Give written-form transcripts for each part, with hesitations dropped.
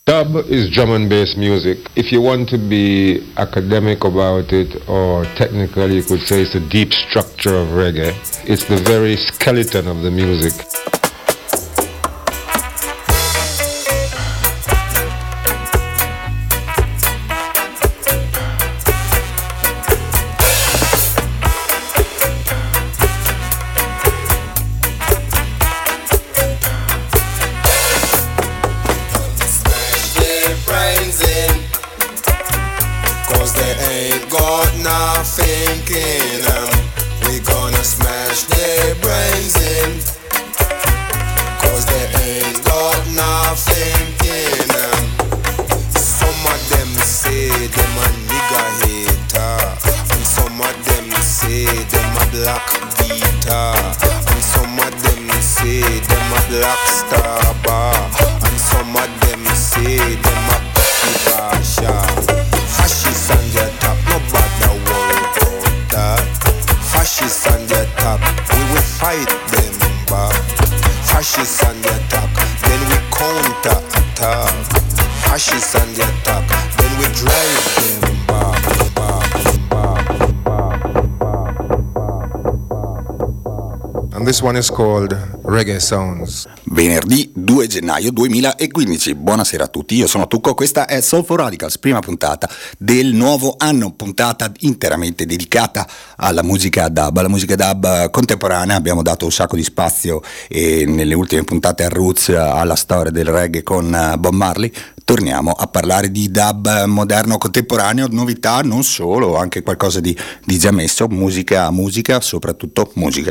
Dub is drum and bass music. If you want to be academic about it or technical, you could say it's the deep structure of reggae. It's the very skeleton of the music. This one is called Reggae Sounds. Venerdì 2 gennaio 2015. Buonasera a tutti, io sono Tucco, questa è Soulful Radicals, prima puntata del nuovo anno, puntata interamente dedicata alla musica dub contemporanea. Abbiamo dato un sacco di spazio nelle ultime puntate al roots, alla storia del reggae con Bob Marley. Torniamo a parlare di dub moderno contemporaneo, novità non solo, anche qualcosa di già messo, musica, soprattutto musica.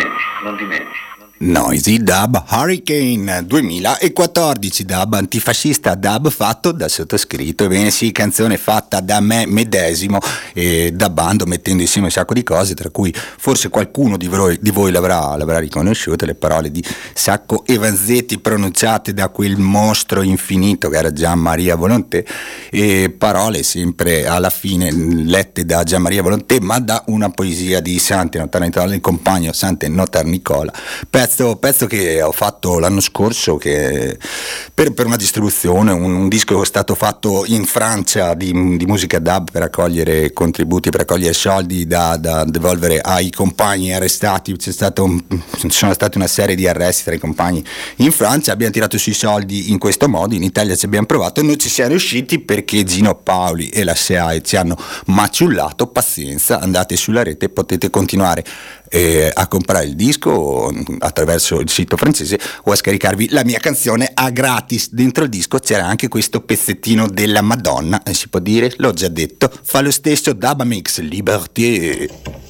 Noisy Dub Hurricane 2014, dub antifascista, dub fatto da sottoscritto. Ebbene sì, canzone fatta da me medesimo e da bando, mettendo insieme un sacco di cose, tra cui forse qualcuno di voi l'avrà riconosciuto, le parole di Sacco e Vanzetti pronunciate da quel mostro infinito che era Gian Maria Volonté, e parole sempre alla fine lette da Gian Maria Volonté, ma da una poesia di Sante Notar Nicola, il compagno Sante Notar Nicola, pezzo che ho fatto l'anno scorso, che per una distribuzione, un disco che è stato fatto in Francia di musica dub per raccogliere contributi, per raccogliere soldi da devolvere ai compagni arrestati. Ci sono state una serie di arresti tra i compagni in Francia, abbiamo tirato sui soldi in questo modo, in Italia ci abbiamo provato e non ci siamo riusciti perché Gino Paoli e la SEAE ci hanno maciullato. Pazienza, andate sulla rete, potete continuare a comprare il disco attraverso il sito francese o a scaricarvi la mia canzone a gratis. Dentro il disco c'era anche questo pezzettino della Madonna, e si può dire, l'ho già detto, fa lo stesso Dub Mix Liberté.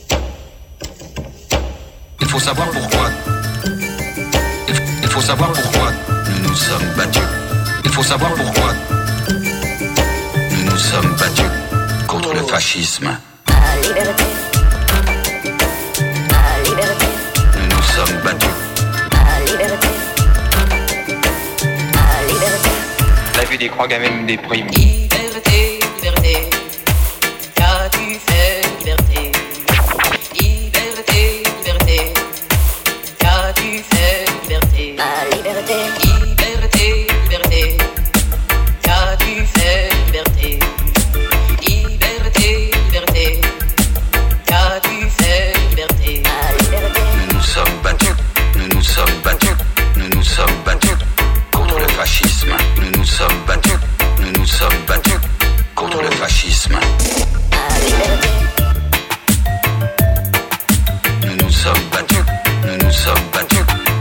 Il faut savoir pourquoi. Il faut savoir pourquoi nous nous sommes battus. Il faut savoir pourquoi nous nous sommes battus contre le fascisme. Nous nous sommes battus. La vue des croix gammées me déprime. Liberté, liberté, qu'as-tu fait, liberté? Liberté, liberté, qu'as-tu fait, liberté? Liberté, liberté, liberté, qu'as-tu fait, liberté? Liberté, liberté, qu'as-tu fait, liberté? Nous nous sommes battus. Nous nous sommes battus. Nous nous sommes battus contre le fascisme. Nous nous sommes battus. Nous nous sommes battus contre le fascisme. Nous nous sommes battus. Nous nous sommes battus.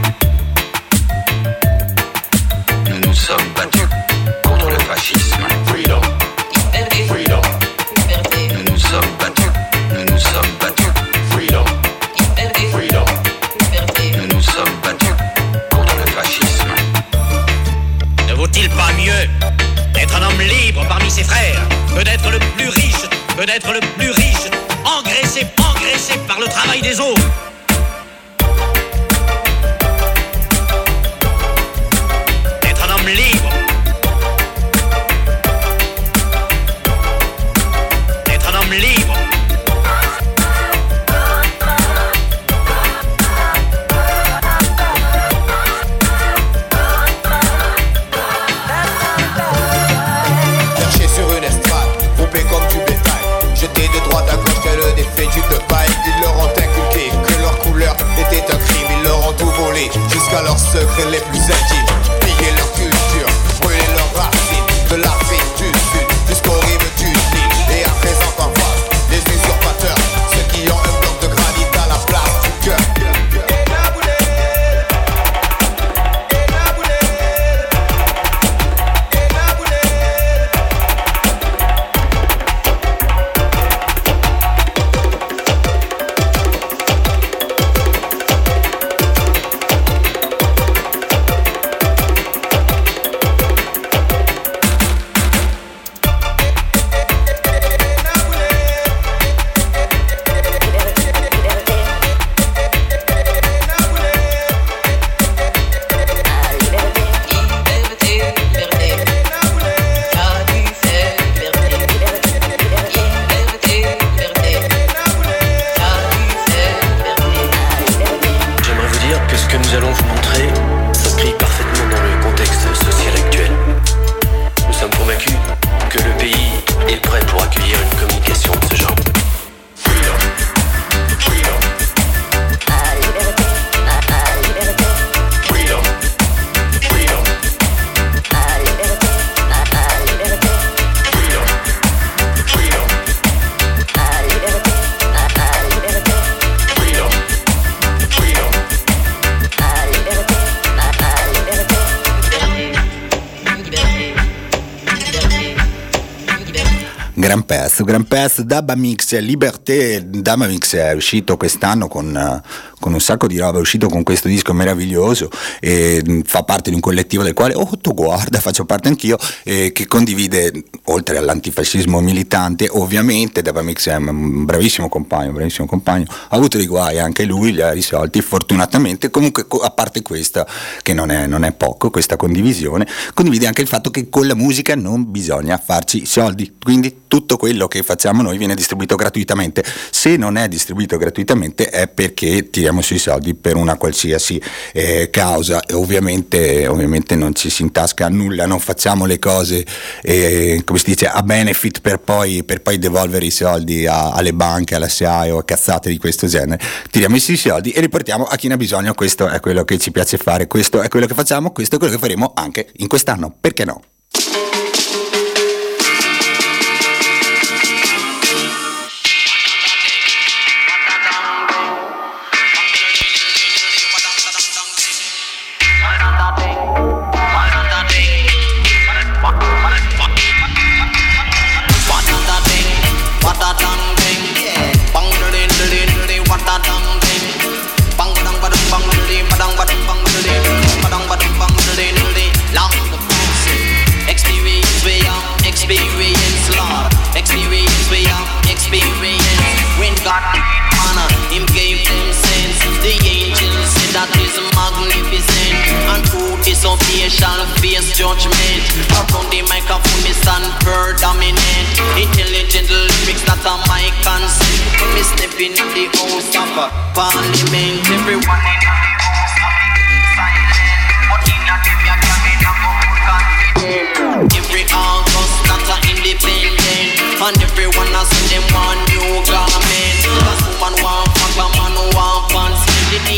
Nous nous sommes battus contre le fascisme. Freedom. Freedom. Nous nous sommes battus. Nous nous sommes battus. Freedom. Freedom. Nous nous sommes battus contre le fascisme. Ne vaut-il pas mieux d'être un homme libre parmi ses frères que d'être le plus riche, engraissé par le travail des autres? D'être un homme libre, d'être un homme libre. Perché sur une estrade, groupés comme du bétail, jetés de droite à gauche tel des fétus de paille. Ils leur ont inculqué que leur couleur était un crime. Ils leur ont tout volé jusqu'à leurs secrets les plus intimes. Piller leur culture, brûler leurs racines, de l'Afrique du Sud jusqu'aux rives du Nil. Et à présent en face, les usurpateurs, ceux qui ont un bloc de granit à la place du cœur. Gran pezzo, Dabba Mix Liberté. Dabba Mix è uscito quest'anno con un sacco di roba, è uscito con questo disco meraviglioso e fa parte di un collettivo del quale, guarda, faccio parte anch'io, che condivide, oltre all'antifascismo militante, ovviamente Dabba Mix è un bravissimo compagno, ha avuto dei guai anche lui, li ha risolti fortunatamente. Comunque, a parte questa, che non è poco, questa condivisione, condivide anche il fatto che con la musica non bisogna farci soldi, quindi tutto quello che facciamo noi viene distribuito gratuitamente. Se non è distribuito gratuitamente è perché tiriamo sui soldi per una qualsiasi causa, e ovviamente non ci si intasca nulla, non facciamo le cose come si dice a benefit per poi devolvere i soldi alle banche, alla SIAE o a cazzate di questo genere. Tiriamo sui soldi e li portiamo a chi ne ha bisogno. Questo è quello che ci piace fare, questo è quello che facciamo, questo è quello che faremo anche in quest'anno, perché no? Shall face judgment. Around the microphone, me stand per dominant. Intelligent lyrics that are my consent. Me stepping in the house of parliament. Everyone in the house of silent. But in a them you can be no more confident. Every August that are independent. And everyone has seen them one new garment. Cause woman want fuck, a man want pants.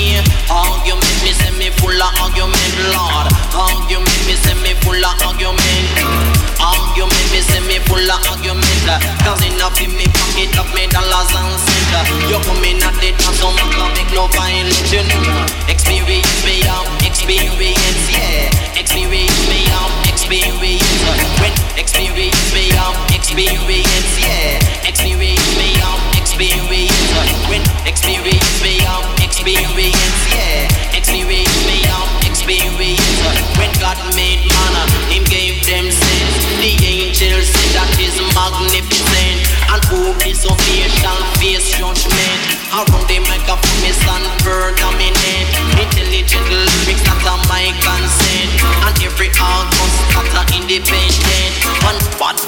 Argument, me say me full of argument, Lord. Argument, me say me full of argument. Argument, me say me full of argument. Cause enough in me pocket of me dollars and cents. You come in at the dance, so man can make no violence, you know. Experience me, experience, yeah. Experience me, experience. When experience me, experience, yeah. Experience me, experience. When experience me, experience, yeah. Experience me, experience. When God made man, him gave them sense. The angels said that is magnificent. And who disobey shall face judgment. Around the microphone me stand for dominant. Intelligent lyrics that are my consent. And every August that are independent. And what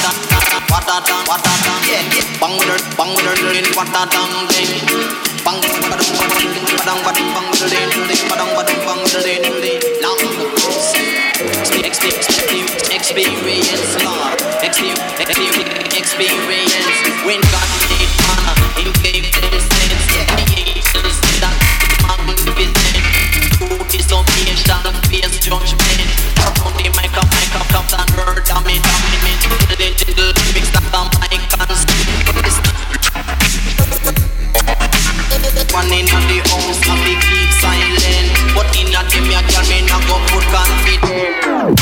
yeah, bang in what a damn thing. Bang experience, Lord. Experience. When God made man, He gave them sense. The angels did that magnificent. Who disobey shall face judgment. Around the microphone and heard dominant. The lyrics that are my constant. One in the house, I be keep silent. But in a them, you can me not go put confident.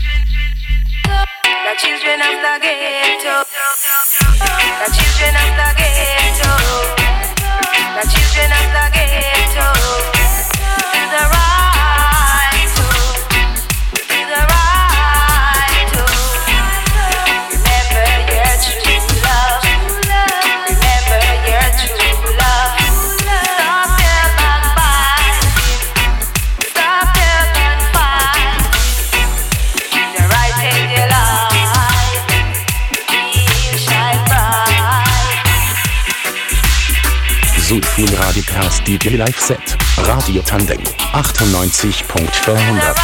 The children of the Podcast DJ Live Set. Radio Tandem 98.400.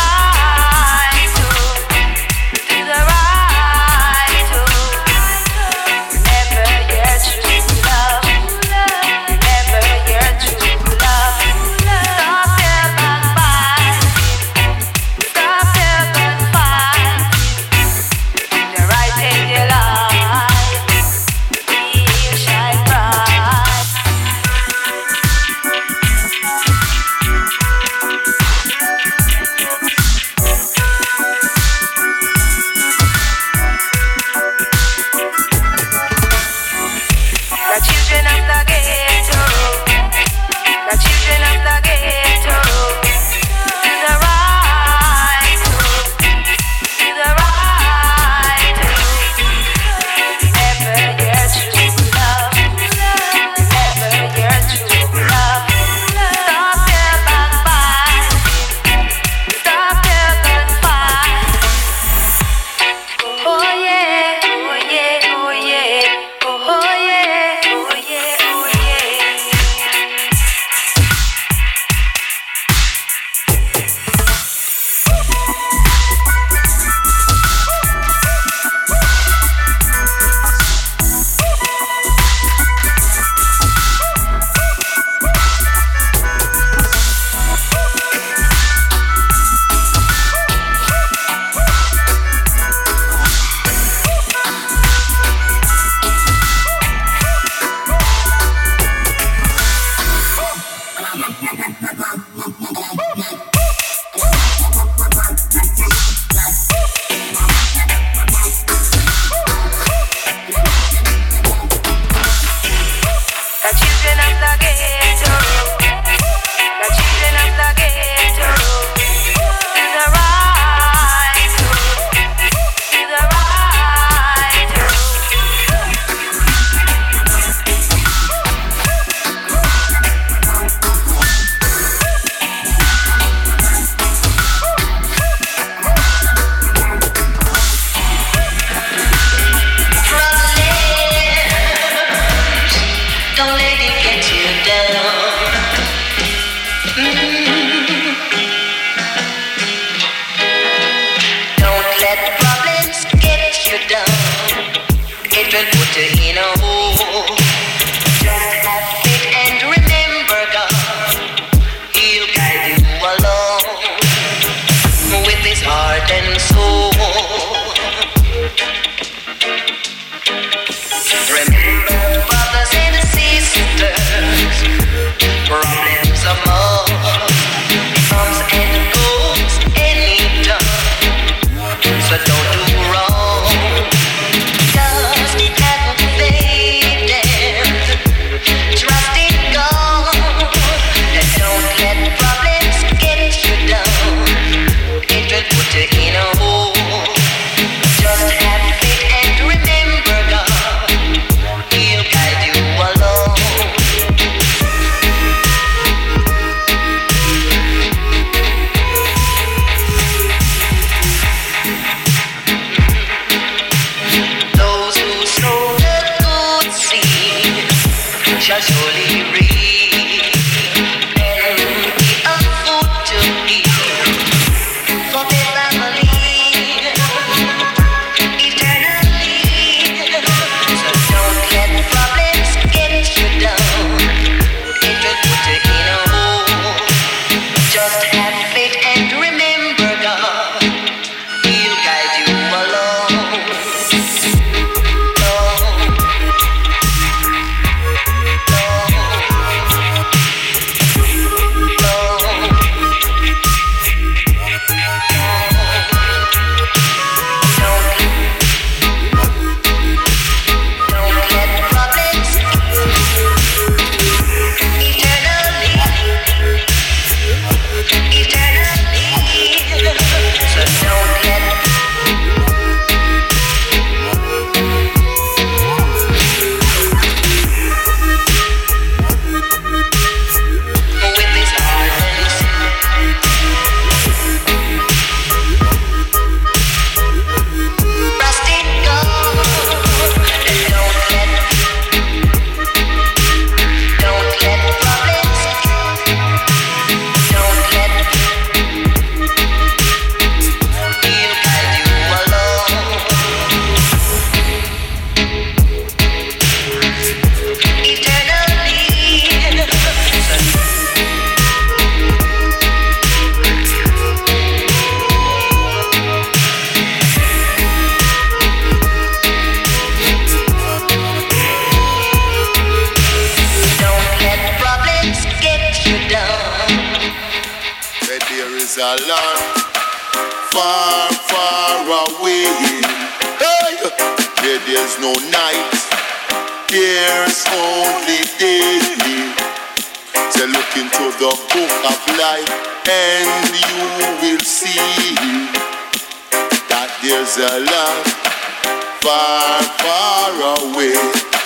land far, far away. Hey, where there's no night, there's only day. So look into the book of life and you will see that there's a land far, far away.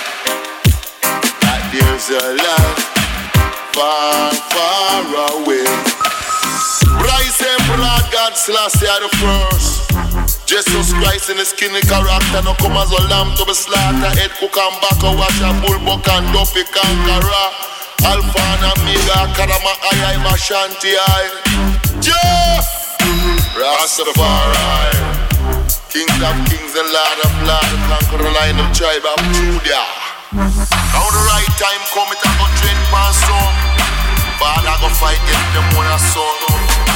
That there's a land far, far away. Rise Emperor God Selassie the first. Jesus Christ in his skinny character no come as a lamb to be slaughtered. Head cook and back a wash a bull buck and duffy conqueror. Alpha and Omega, Karama Ayai Mashanti I. Yeah! Rastafari, King of Kings and Lord of Lords, conqueror line of tribe of Judah. Now the right time come it a go train pan some. But I go fight get them when I saw.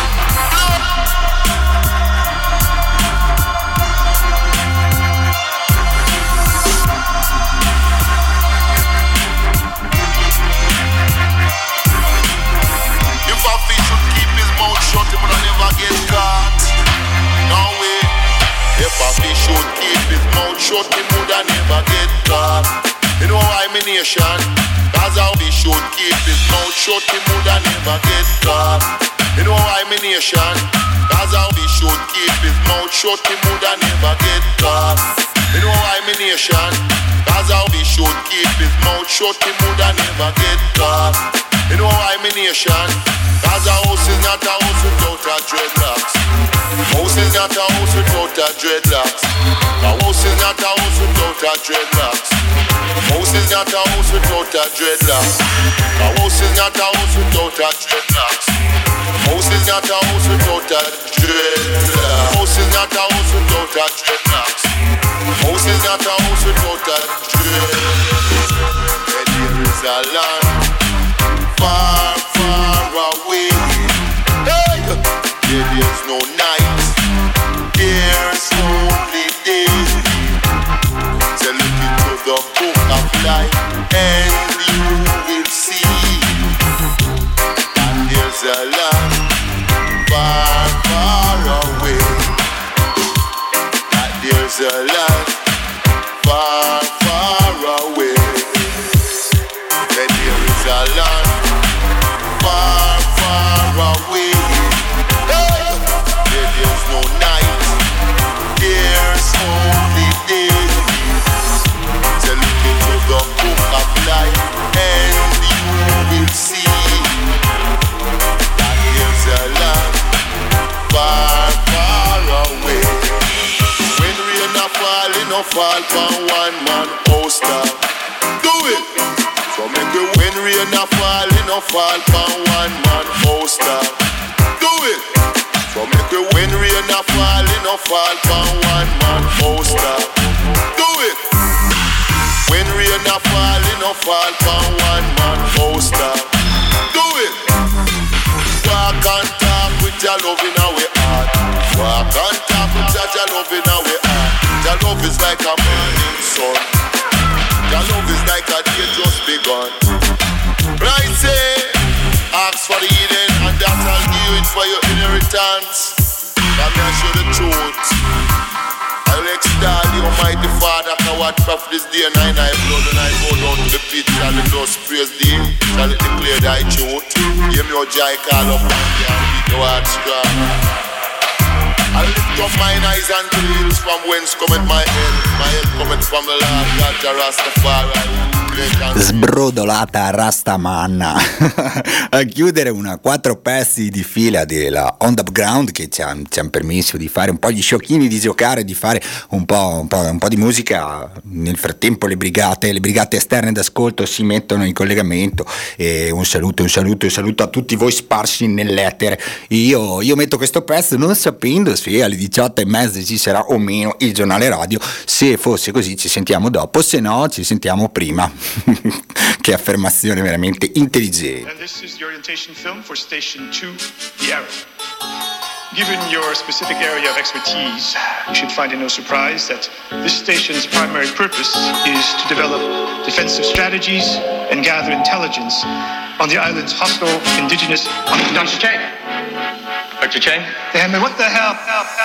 Shut him and never get caught. No way. If a fish should keep his mouth shut, he would never get caught. You know why my nation? Cause how he should keep his mouth shut, he would never get caught. You know why my nation? Cause how he should keep his mouth shut, he would never get caught. You know why my nation? Cause how he should keep his mouth shut, he would never get caught. You know why my nation? Cause a house is not a house without a dreadlocks. House is not a house without a dreadlocks. A house is not a house without a dreadlocks. House is not a house without a dreadlocks. A house is not a house without a dreadlocks. House is not a house without a dreadlocks. House is not a house without a dreadlocks. House is not a house without a dreadlocks. And there is a land far, far away. Hey, there is no night, there's only day. So look into the book of life and you will see that there's a land far, far away. That there's a land far, far away. That there is a land far, far away. Hey! There is no night, there's only day. So look into the book of life and you will see that there's a land far, far away. When rain a fall, it no fall from one man house top. Do it! So make it when rain a fall, it no fall from one man house top. Do it. So make it when rain a fall, it no fall from one man house top. Do it. When rain a fall, it no fall from one man house top. Do it. Walk and talk with your love in our heart. Walk and talk with your love in our heart. Your love is like a morning sun. Your love is like a day just begun. Right, say, ask for the Eden and that I'll give you it for your inheritance. Let me show the truth. I will extol the Almighty Father, can watch for this day and I blood when I go down to the pit. Shall it just praise thee? Shall it declare thy truth? Give me your joy, call up and beat your heart strong. I lift up mine eyes unto the hills from whence cometh my help. My help cometh from the Lord God, the Rastafari. Sbrodolata Rastaman a chiudere una 4 pezzi di fila della On The Ground che ci han permesso di fare un po' gli sciocchini, di giocare, di fare un po' di musica. Nel frattempo le brigate esterne d'ascolto si mettono in collegamento e un saluto a tutti voi sparsi nell'etere. Io metto questo pezzo non sapendo se alle 18:30 ci sarà o meno il giornale radio. Se fosse così ci sentiamo dopo, se no ci sentiamo prima. Che affermazione veramente intelligente. And this is the orientation film for Station 2, The Arrow. Given your specific area of expertise, you should find it no surprise that this station's primary purpose is to develop defensive strategies and gather intelligence on the island's hostile indigenous... Dr. Chang! Mr. Chang? Damn it, what the hell?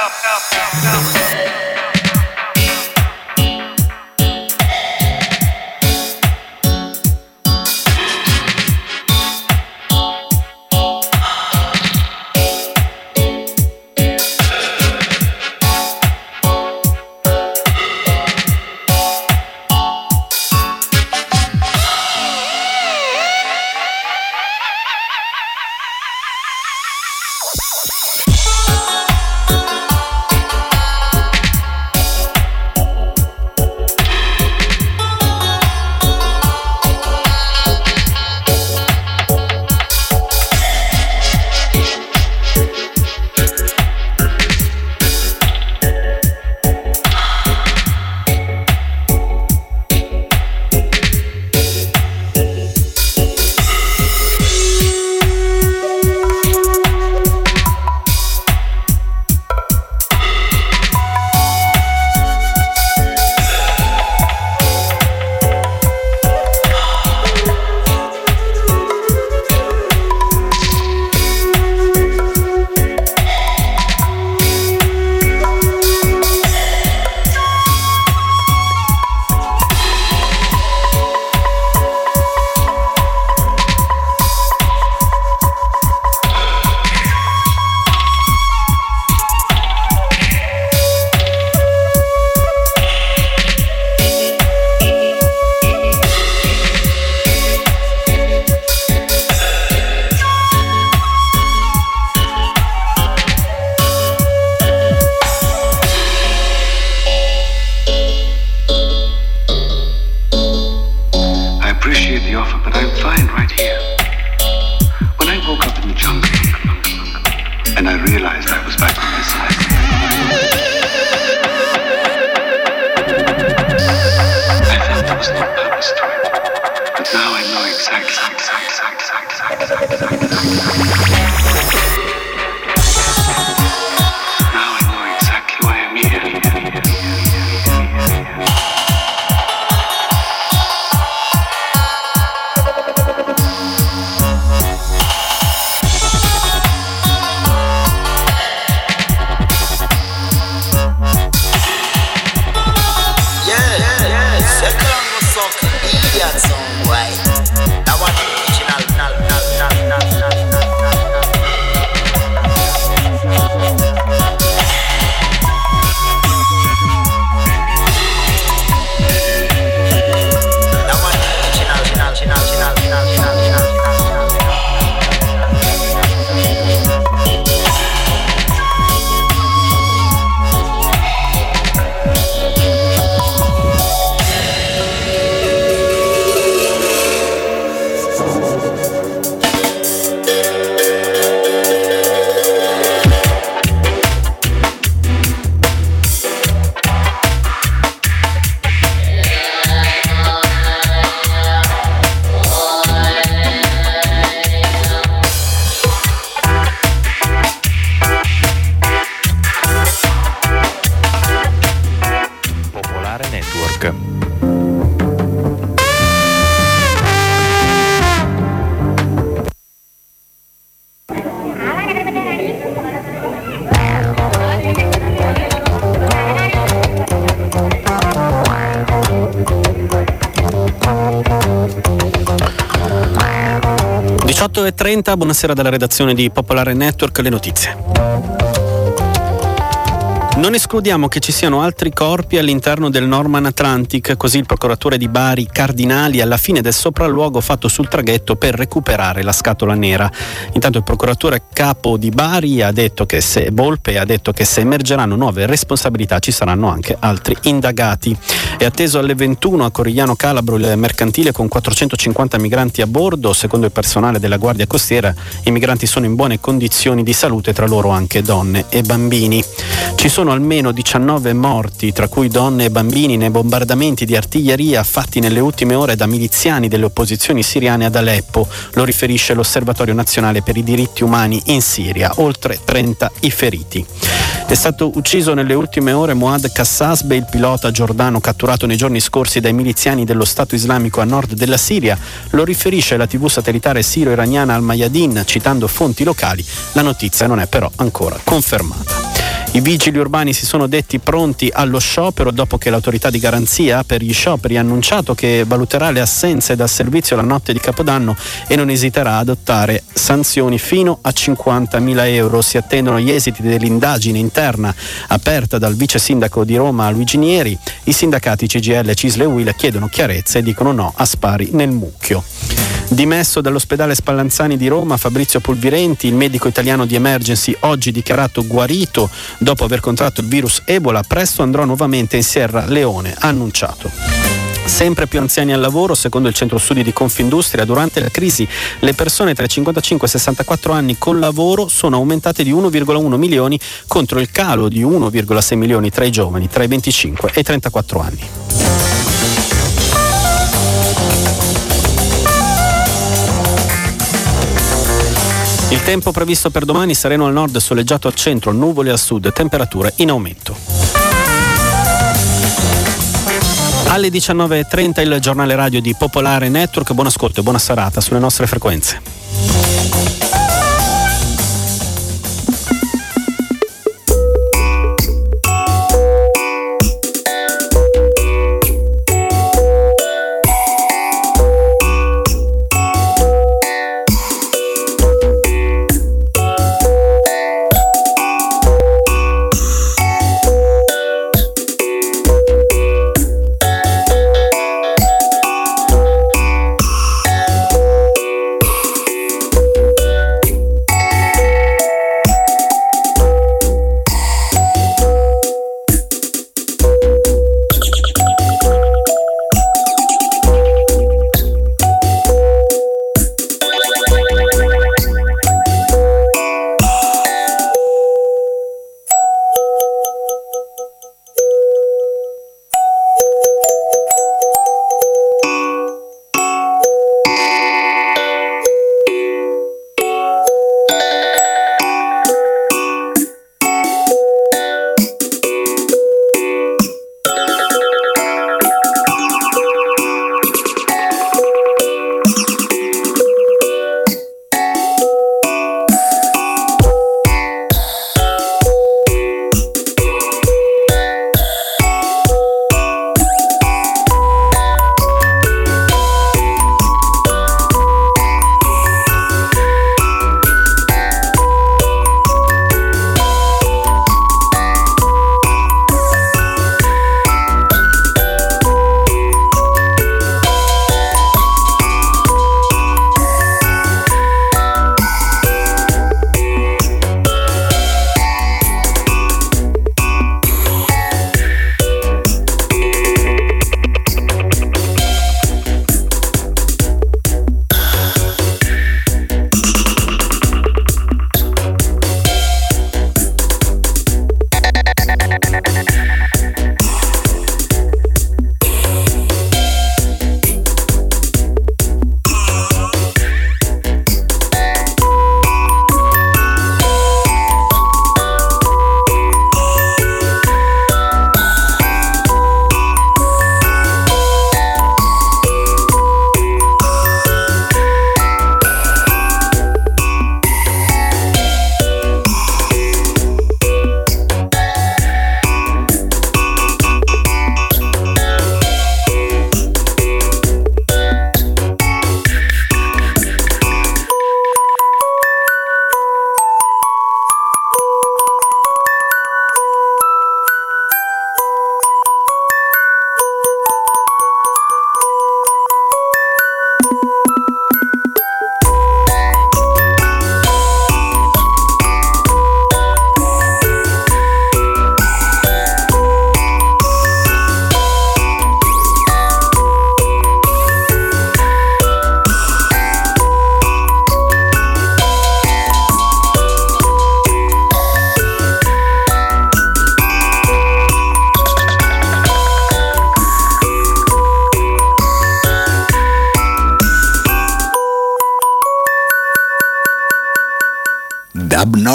Buonasera dalla redazione di Popolare Network, le notizie. Non escludiamo che ci siano altri corpi all'interno del Norman Atlantic, così il procuratore di Bari Cardinali alla fine del sopralluogo fatto sul traghetto per recuperare la scatola nera. Intanto il procuratore capo di Bari ha detto che se Volpe ha detto che se emergeranno nuove responsabilità ci saranno anche altri indagati. È atteso alle 21 a Corigliano Calabro il mercantile con 450 migranti a bordo. Secondo il personale della Guardia Costiera i migranti sono in buone condizioni di salute, tra loro anche donne e bambini. Ci sono almeno 19 morti, tra cui donne e bambini, nei bombardamenti di artiglieria fatti nelle ultime ore da miliziani delle opposizioni siriane ad Aleppo, lo riferisce l'Osservatorio Nazionale per i Diritti Umani in Siria, oltre 30 i feriti. È stato ucciso nelle ultime ore Moad Kassasbe, il pilota giordano catturato nei giorni scorsi dai miliziani dello Stato Islamico a nord della Siria. Lo riferisce la TV satellitare siro-iraniana Al Mayadin, citando fonti locali. La notizia non è però ancora confermata. I vigili urbani si sono detti pronti allo sciopero dopo che l'autorità di garanzia per gli scioperi ha annunciato che valuterà le assenze dal servizio la notte di Capodanno e non esiterà ad adottare sanzioni fino a 50.000 euro. Si attendono gli esiti dell'indagine interna aperta dal vice sindaco di Roma Luigi Nieri. I sindacati CGIL, CISL e UIL chiedono chiarezza e dicono no a spari nel mucchio. Dimesso dall'ospedale Spallanzani di Roma Fabrizio Pulvirenti, il medico italiano di Emergency, oggi dichiarato guarito dopo aver contratto il virus Ebola, presto andrà nuovamente in Sierra Leone, ha annunciato. Sempre più anziani al lavoro, secondo il centro studi di Confindustria, durante la crisi le persone tra i 55 e i 64 anni con lavoro sono aumentate di 1,1 milioni contro il calo di 1,6 milioni tra i giovani tra i 25 e i 34 anni. Il tempo previsto per domani: sereno al nord, soleggiato al centro, nuvoli al sud, temperature in aumento. Alle 19.30 il giornale radio di Popolare Network. Buon ascolto e buona serata sulle nostre frequenze.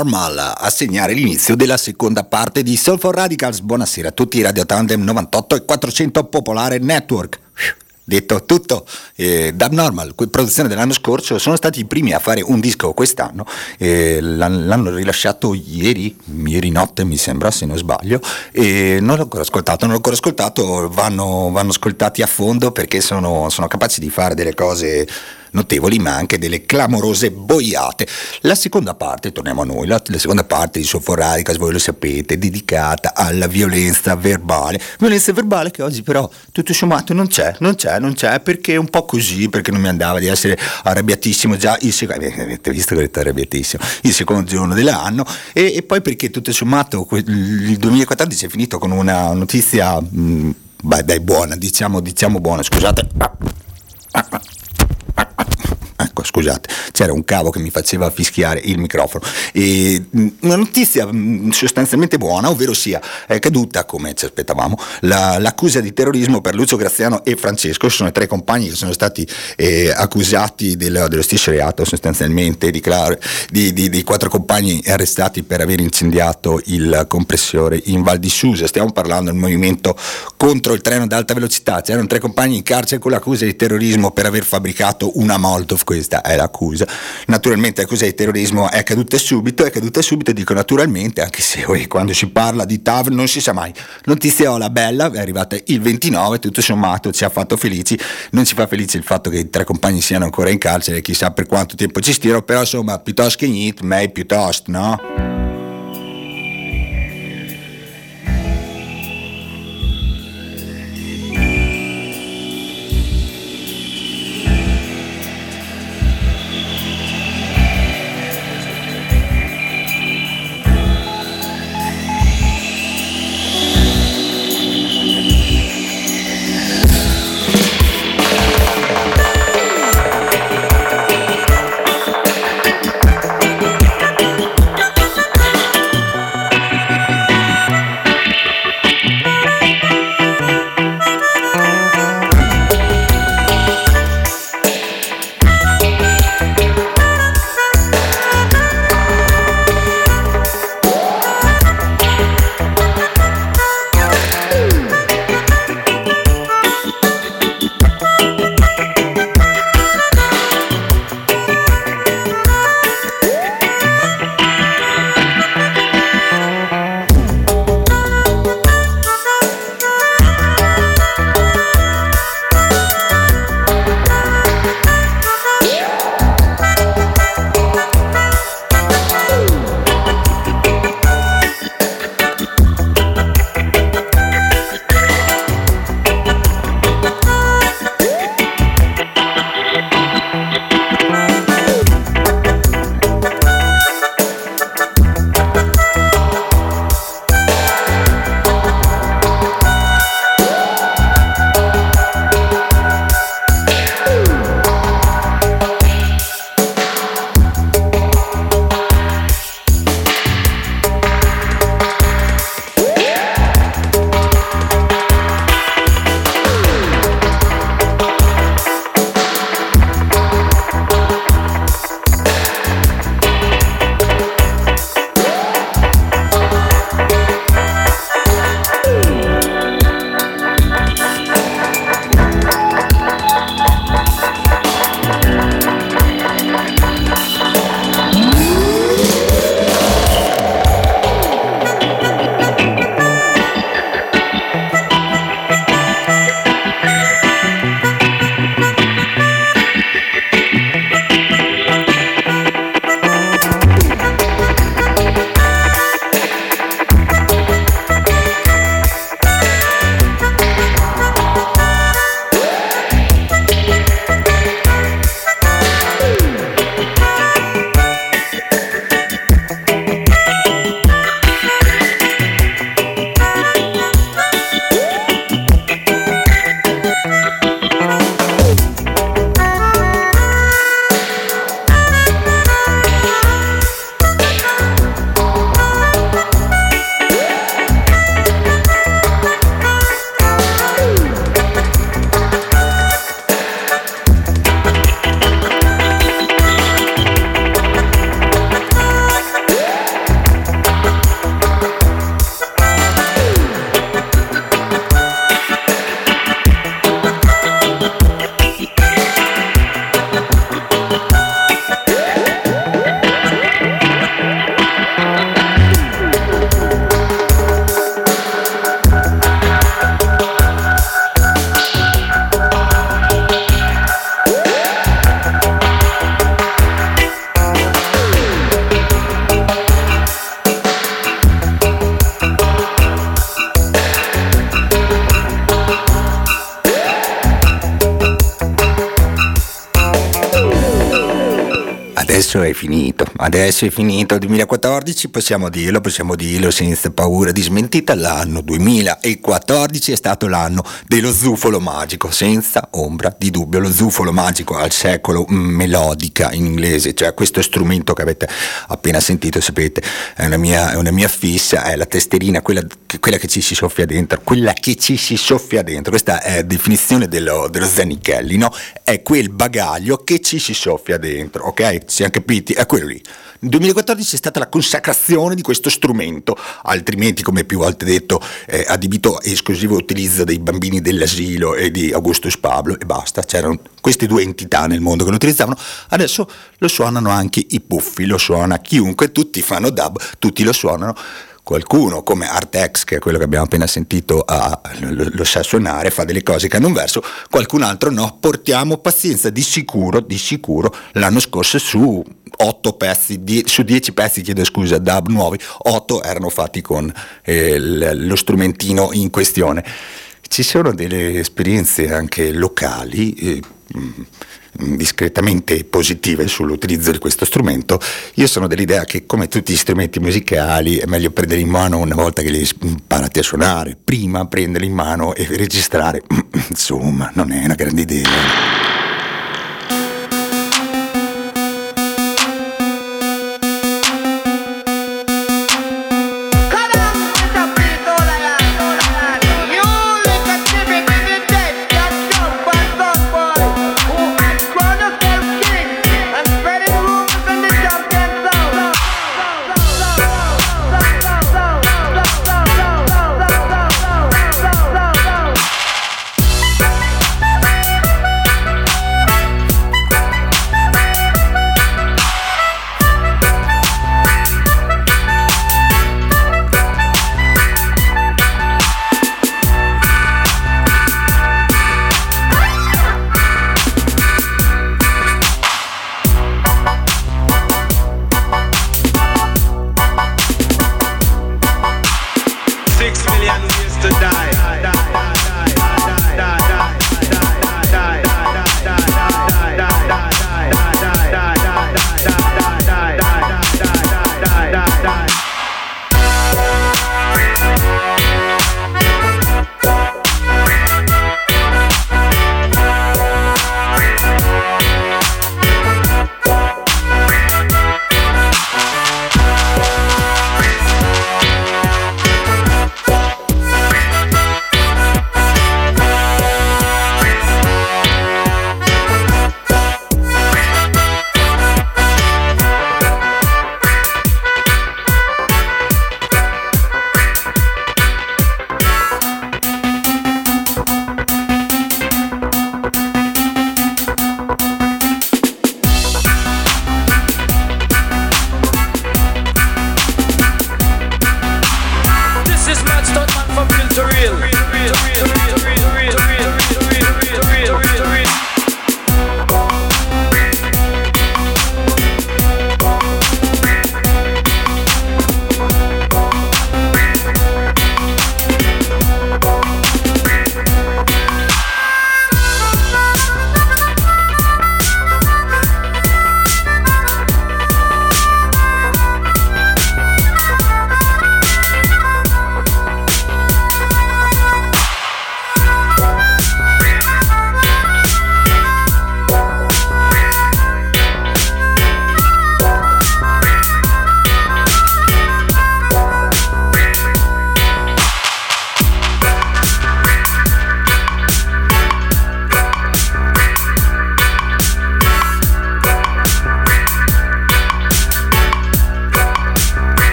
Normal a segnare l'inizio della seconda parte di Soul for Radicals. Buonasera a tutti, Radio Tandem 98 e 400 Popolare Network. Detto tutto, Dub Normal, produzione dell'anno scorso, sono stati i primi a fare un disco quest'anno, l'hanno rilasciato ieri notte mi sembra, se non sbaglio, e non l'ho ancora ascoltato, vanno ascoltati a fondo perché sono capaci di fare delle cose notevoli ma anche delle clamorose boiate. La seconda parte, torniamo a noi, la seconda parte di Soul for Radicals, voi lo sapete, dedicata alla violenza verbale che oggi però tutto sommato non c'è perché è un po' così, perché non mi andava di essere arrabbiatissimo già avete visto che ho detto arrabbiatissimo il secondo giorno dell'anno e poi perché tutto sommato il 2014 è finito con una notizia buona, diciamo buona, scusate. Ecco, scusate, c'era un cavo che mi faceva fischiare il microfono. E una notizia sostanzialmente buona, ovvero sia è caduta, come ci aspettavamo, l'accusa di terrorismo per Lucio Graziano e Francesco. Sono i tre compagni che sono stati accusati dello stesso reato, sostanzialmente di quattro compagni arrestati per aver incendiato il compressore in Val di Susa. Stiamo parlando del movimento contro il treno ad alta velocità. C'erano tre compagni in carcere con l'accusa di terrorismo per aver fabbricato una Molotov. Questa è l'accusa. Naturalmente l'accusa di terrorismo è caduta subito, dico naturalmente, anche se quando si parla di TAV non si sa mai. Notiziola bella, è arrivata il 29, tutto sommato ci ha fatto felici. Non ci fa felice il fatto che i tre compagni siano ancora in carcere, chissà per quanto tempo ci stiano, però insomma piuttosto che niente, meglio piuttosto, no? adesso è finito, il 2014, possiamo dirlo senza paura di smentita, l'anno 2014 è stato l'anno dello zufolo magico, senza ombra di dubbio, lo zufolo magico al secolo, melodica in inglese, cioè questo strumento che avete appena sentito, sapete, è una mia fissa, è la testerina, quella che ci si soffia dentro, questa è la definizione dello Zanichelli, no? È quel bagaglio che ci si soffia dentro, ok? Ci siamo capiti? È quello lì. Nel 2014 è stata la consacrazione di questo strumento, altrimenti, come più volte detto, adibito a esclusivo utilizzo dei bambini dell'asilo e di Augustus Pablo e basta. C'erano queste due entità nel mondo che lo utilizzavano. Adesso lo suonano anche i puffi, lo suona chiunque, tutti fanno dub, tutti lo suonano. Qualcuno come Artex, che è quello che abbiamo appena sentito, lo sa suonare, fa delle cose che hanno un verso, qualcun altro no. Portiamo pazienza, di sicuro l'anno scorso su 8 pezzi, su 10 pezzi, dub nuovi, 8 erano fatti con lo strumentino in questione. Ci sono delle esperienze anche locali discretamente positive sull'utilizzo di questo strumento. Io sono dell'idea che, come tutti gli strumenti musicali, è meglio prendere in mano una volta che li imparati a suonare, prima prenderli in mano e registrare insomma non è una grande idea.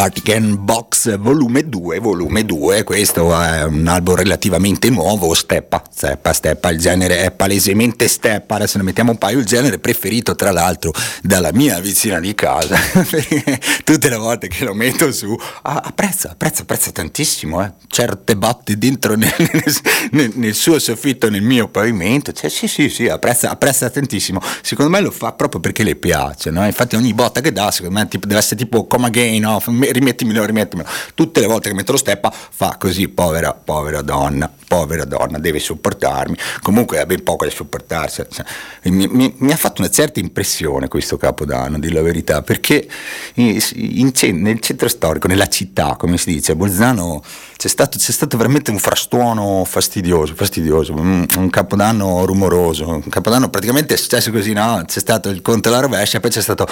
Vatican Box volume 2, questo è un album relativamente nuovo, steppa, il genere è palesemente steppa, adesso ne mettiamo un paio, il genere preferito tra l'altro dalla mia vicina di casa, perché tutte le volte che lo metto su apprezza tantissimo, certe botte dentro nel suo soffitto, nel mio pavimento, cioè sì, apprezza tantissimo, secondo me lo fa proprio perché le piace, no? Infatti ogni botta che dà secondo me deve essere tipo come again, no? rimettimelo, tutte le volte che metto lo steppa fa così, povera donna, deve sopportarmi, comunque ha ben poco da sopportarsi, cioè, mi ha fatto una certa impressione questo Capodanno, di la verità, perché nel centro storico, nella città, come si dice, a Bolzano c'è stato veramente un frastuono fastidioso, un Capodanno rumoroso, un Capodanno praticamente è successo così, no? C'è stato il conto alla rovescia, poi c'è stato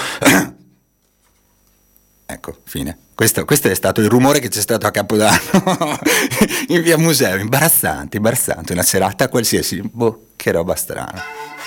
ecco, fine. Questo è stato il rumore che c'è stato a Capodanno in via Museo, imbarazzante, una serata qualsiasi, che roba strana.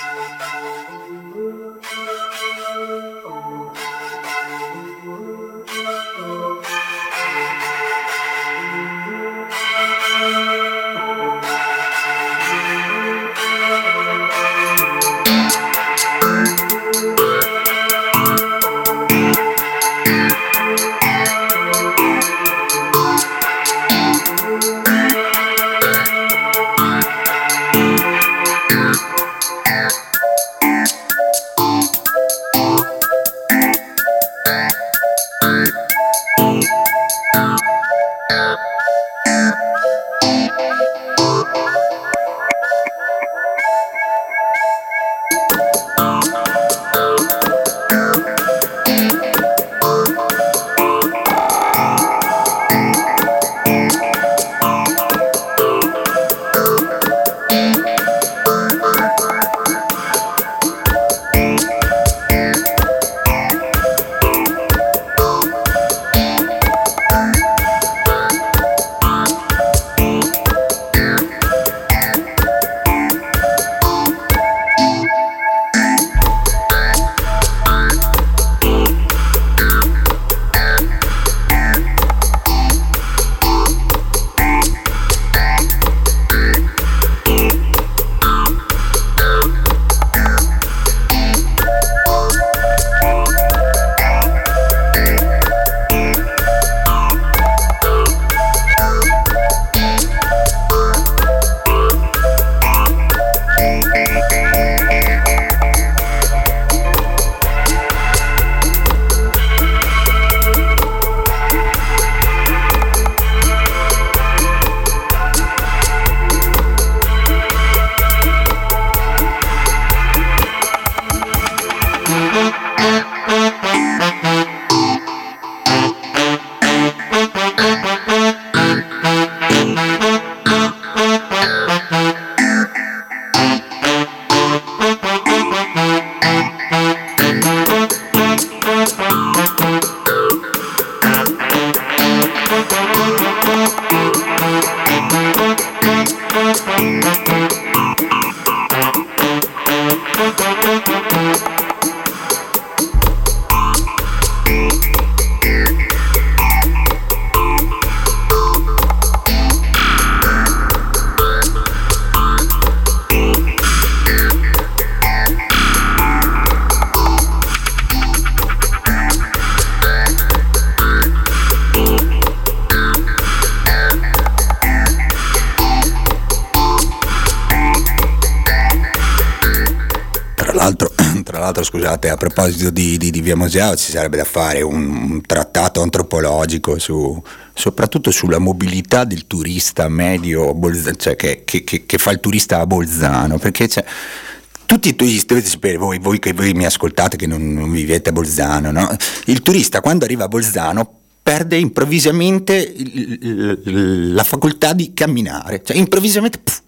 Scusate, a proposito di via Museo, ci sarebbe da fare un trattato antropologico soprattutto sulla mobilità del turista medio, cioè che fa il turista a Bolzano, perché tutti i turisti, dovete sapere, voi che mi ascoltate che non vivete a Bolzano, no? Il turista quando arriva a Bolzano perde improvvisamente la facoltà di camminare, cioè improvvisamente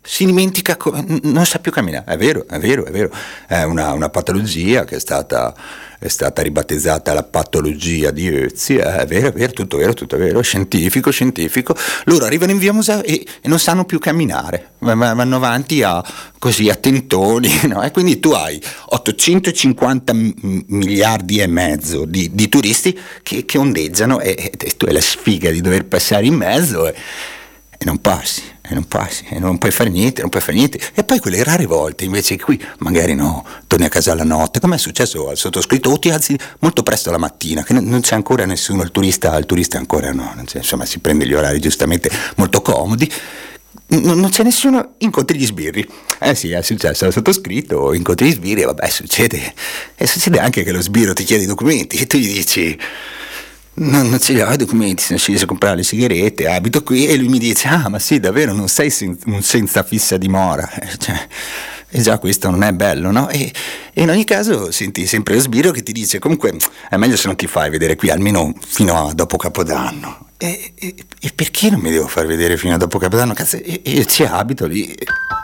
si dimentica, non sa più camminare. È vero, è una patologia che è stata ribattezzata la patologia di Ötzi. È vero, tutto vero, scientifico. Loro arrivano in via Museo e non sanno più camminare, vanno avanti così a tentoni, no? E quindi tu hai 850 miliardi e mezzo di turisti che ondeggiano e tu hai la sfiga di dover passare in mezzo e non passi, e non puoi fare niente. E poi quelle rare volte invece che qui magari no, torni a casa la notte, come è successo al sottoscritto, o ti alzi molto presto la mattina, che non c'è ancora nessuno, il turista ancora no, insomma si prende gli orari giustamente molto comodi, non c'è nessuno, incontri gli sbirri. Sì, è successo al sottoscritto, incontri gli sbirri, vabbè, succede anche che lo sbirro ti chiede i documenti e tu gli dici: non ce li ho i documenti, sono sceso a comprare le sigarette, abito qui, e lui mi dice: ah, ma sì, davvero non sei un senza fissa dimora, e già questo non è bello, no? E in ogni caso senti sempre lo sbirro che ti dice: comunque è meglio se non ti fai vedere qui almeno fino a dopo Capodanno. E perché non mi devo far vedere fino a dopo Capodanno? Cazzo, io ci abito lì.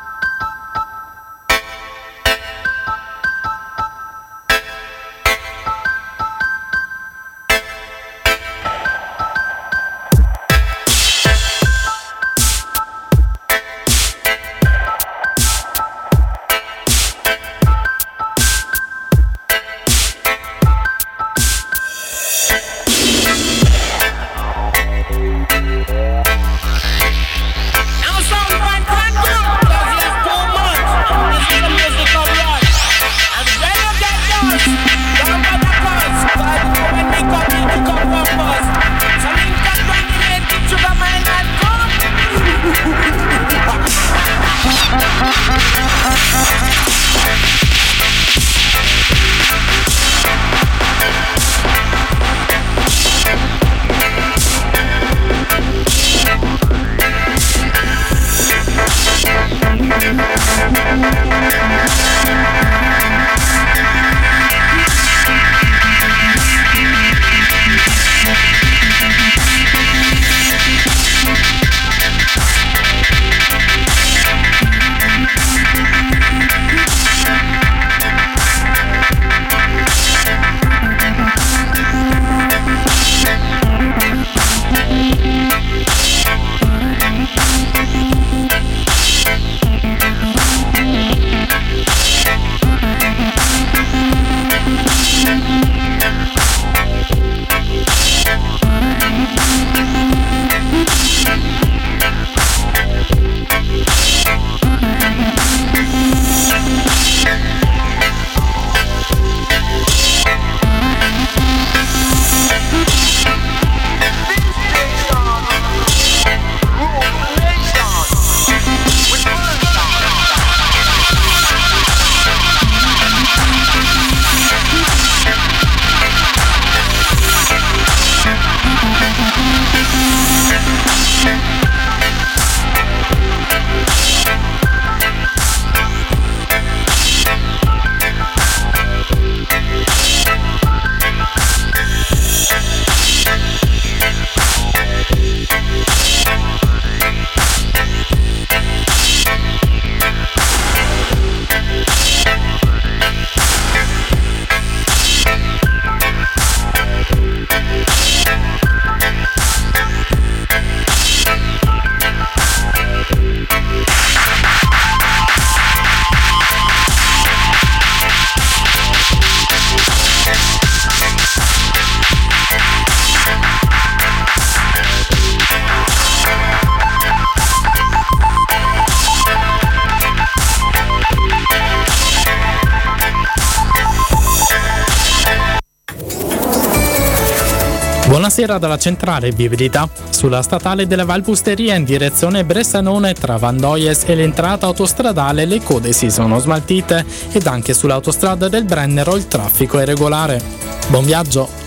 Buonasera dalla centrale viabilità. Sulla statale della Valpusteria in direzione Bressanone tra Vandoies e l'entrata autostradale le code si sono smaltite ed anche sull'autostrada del Brennero il traffico è regolare. Buon viaggio!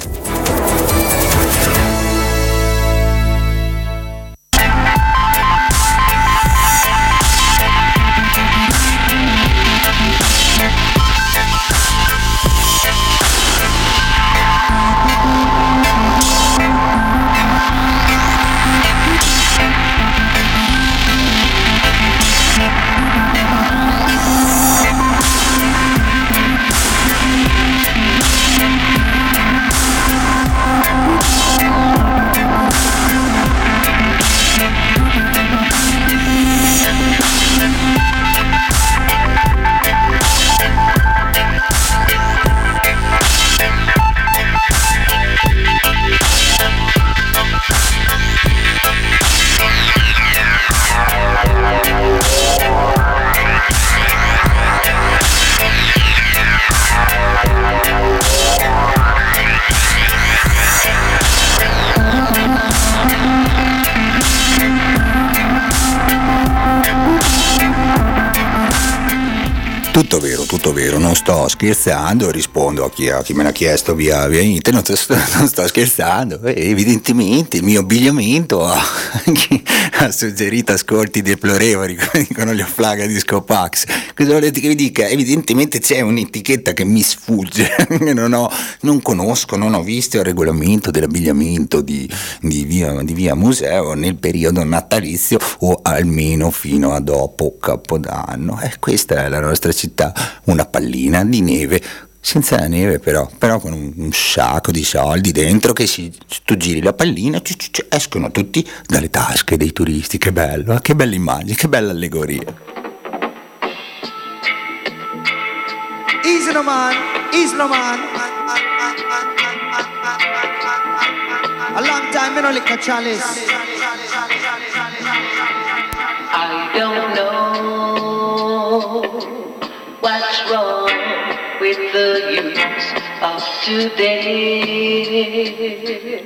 Tutto vero, non sto scherzando, rispondo a chi me l'ha chiesto via internet, non sto scherzando, evidentemente il mio abbigliamento ha suggerito ascolti deplorevoli, come dicono gli Offlaga Disco Pax. Cosa volete che vi dica? Evidentemente c'è un'etichetta che mi sfugge, non conosco, non ho visto il regolamento dell'abbigliamento di via Museo nel periodo natalizio o almeno fino a dopo Capodanno. Questa è la nostra città, una pallina di neve, senza la neve però con un sacco di soldi dentro che tu giri la pallina, escono tutti dalle tasche dei turisti. Che bello, che bella immagine, che bella allegoria. Easy no man, a long time me no lick a chalice. I don't know what's wrong with the youth of today.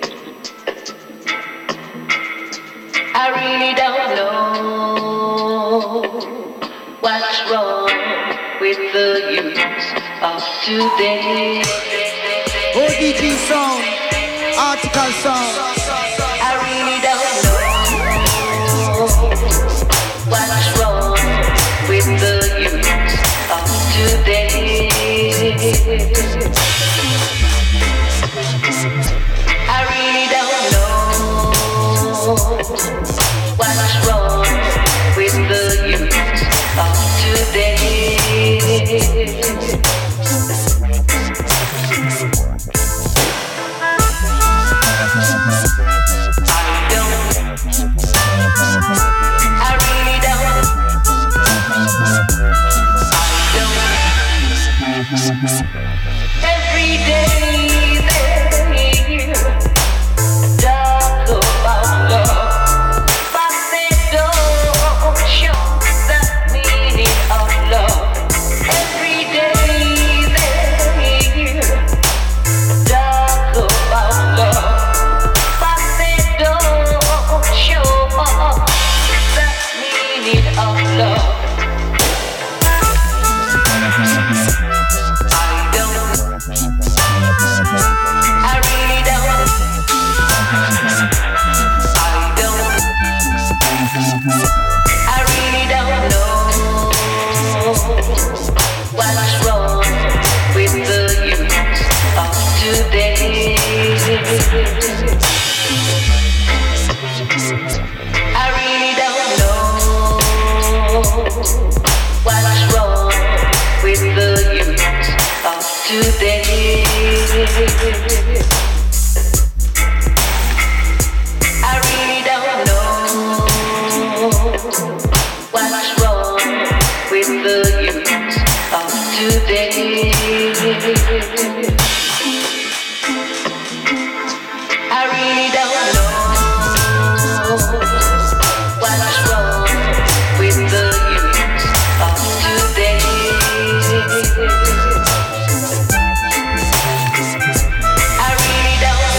I really don't know what's wrong with the youth of today. ODG sound, article sound. I really don't know what's wrong with the youth of today. I really don't know what's wrong with the youth of today. Every day they talk about love, but they don't show the meaning of love. Every day they talk about love, but they don't show the meaning of love. I really don't know what's wrong with the youth of today. I really don't know what's wrong with the youth of today. I really don't know what's wrong with the youth of today. I really don't know what's wrong with the youth of today. I really don't.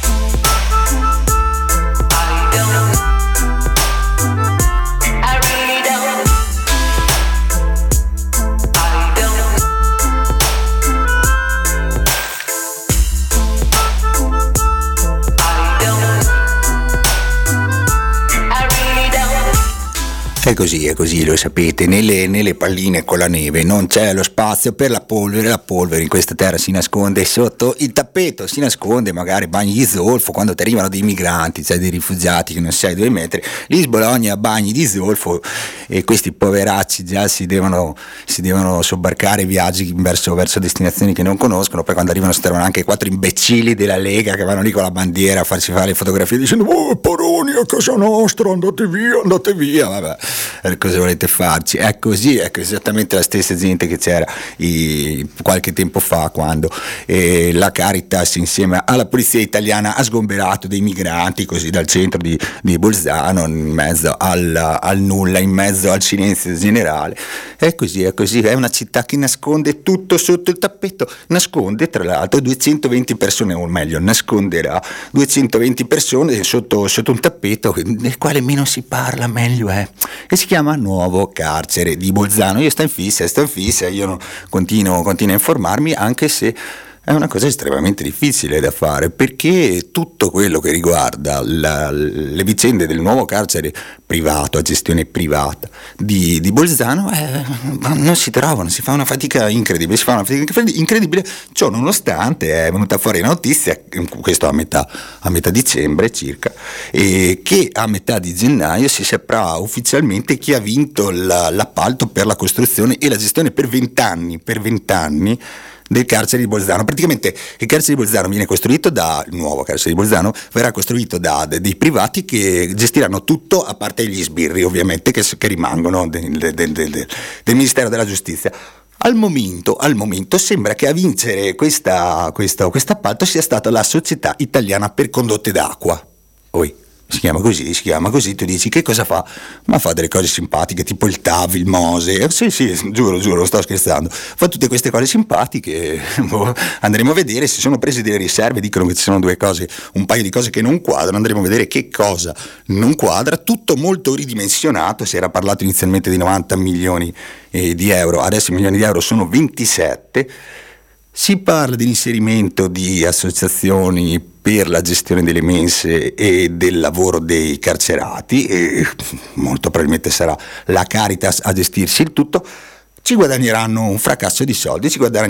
È così, lo sapete, nelle palline con la neve non c'è lo spazio per la polvere in questa terra si nasconde sotto il tappeto, si nasconde magari bagni di zolfo, quando ti arrivano dei migranti, cioè dei rifugiati che non sai dove mettere, li sbologna a bagni di zolfo e questi poveracci già si devono sobbarcare viaggi verso destinazioni che non conoscono, poi quando arrivano si trovano anche 4 imbecilli della Lega che vanno lì con la bandiera a farci fare le fotografie dicendo Poroni a casa nostra, andate via, vabbè. Cosa volete farci? È così, ecco, esattamente la stessa gente che c'era qualche tempo fa quando la Caritas insieme alla polizia italiana ha sgomberato dei migranti così dal centro di Bolzano in mezzo al nulla, in mezzo al silenzio generale. È così, è una città che nasconde tutto sotto il tappeto, nasconde tra l'altro 220 persone, o meglio nasconderà 220 persone sotto un tappeto del quale meno si parla meglio è. e si chiama Nuovo Carcere di Bolzano. Io sto in fissa, io continuo a informarmi, anche se è una cosa estremamente difficile da fare, perché tutto quello che riguarda le vicende del nuovo carcere privato, a gestione privata di Bolzano, non si trovano, si fa una fatica incredibile, ciò nonostante è venuta fuori la notizia, questo a metà dicembre circa, che a metà di gennaio si saprà ufficialmente chi ha vinto l'appalto per la costruzione e la gestione per 20 anni del carcere di Bolzano. Praticamente il carcere di Bolzano viene costruito il nuovo carcere di Bolzano verrà costruito da dei privati che gestiranno tutto, a parte gli sbirri ovviamente che rimangono del Ministero della Giustizia. Al momento sembra che a vincere questo appalto sia stata la Società Italiana per Condotte d'Acqua. Si chiama così, tu dici che cosa fa? Ma fa delle cose simpatiche, tipo il TAV, il Mose, sì, giuro, non sto scherzando, fa tutte queste cose simpatiche, andremo a vedere, se sono prese delle riserve, dicono che ci sono un paio di cose che non quadrano, andremo a vedere che cosa non quadra, tutto molto ridimensionato, si era parlato inizialmente di 90 milioni di euro, adesso i milioni di euro sono 27, si parla dell'inserimento di associazioni per la gestione delle mense e del lavoro dei carcerati, e molto probabilmente sarà la Caritas a gestirsi il tutto. Ci guadagneranno un fracasso di soldi,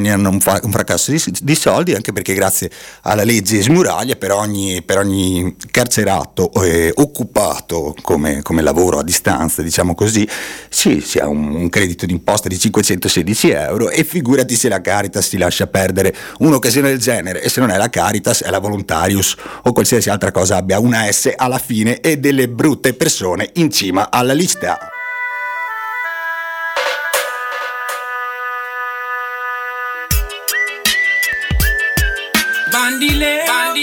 anche perché grazie alla legge Smuraglia per ogni carcerato occupato come lavoro a distanza, diciamo così, si ha un credito d'imposta di 516 euro, e figurati se la Caritas si lascia perdere un'occasione del genere, e se non è la Caritas è la Volontarius o qualsiasi altra cosa abbia una S alla fine e delle brutte persone in cima alla lista. Bandile.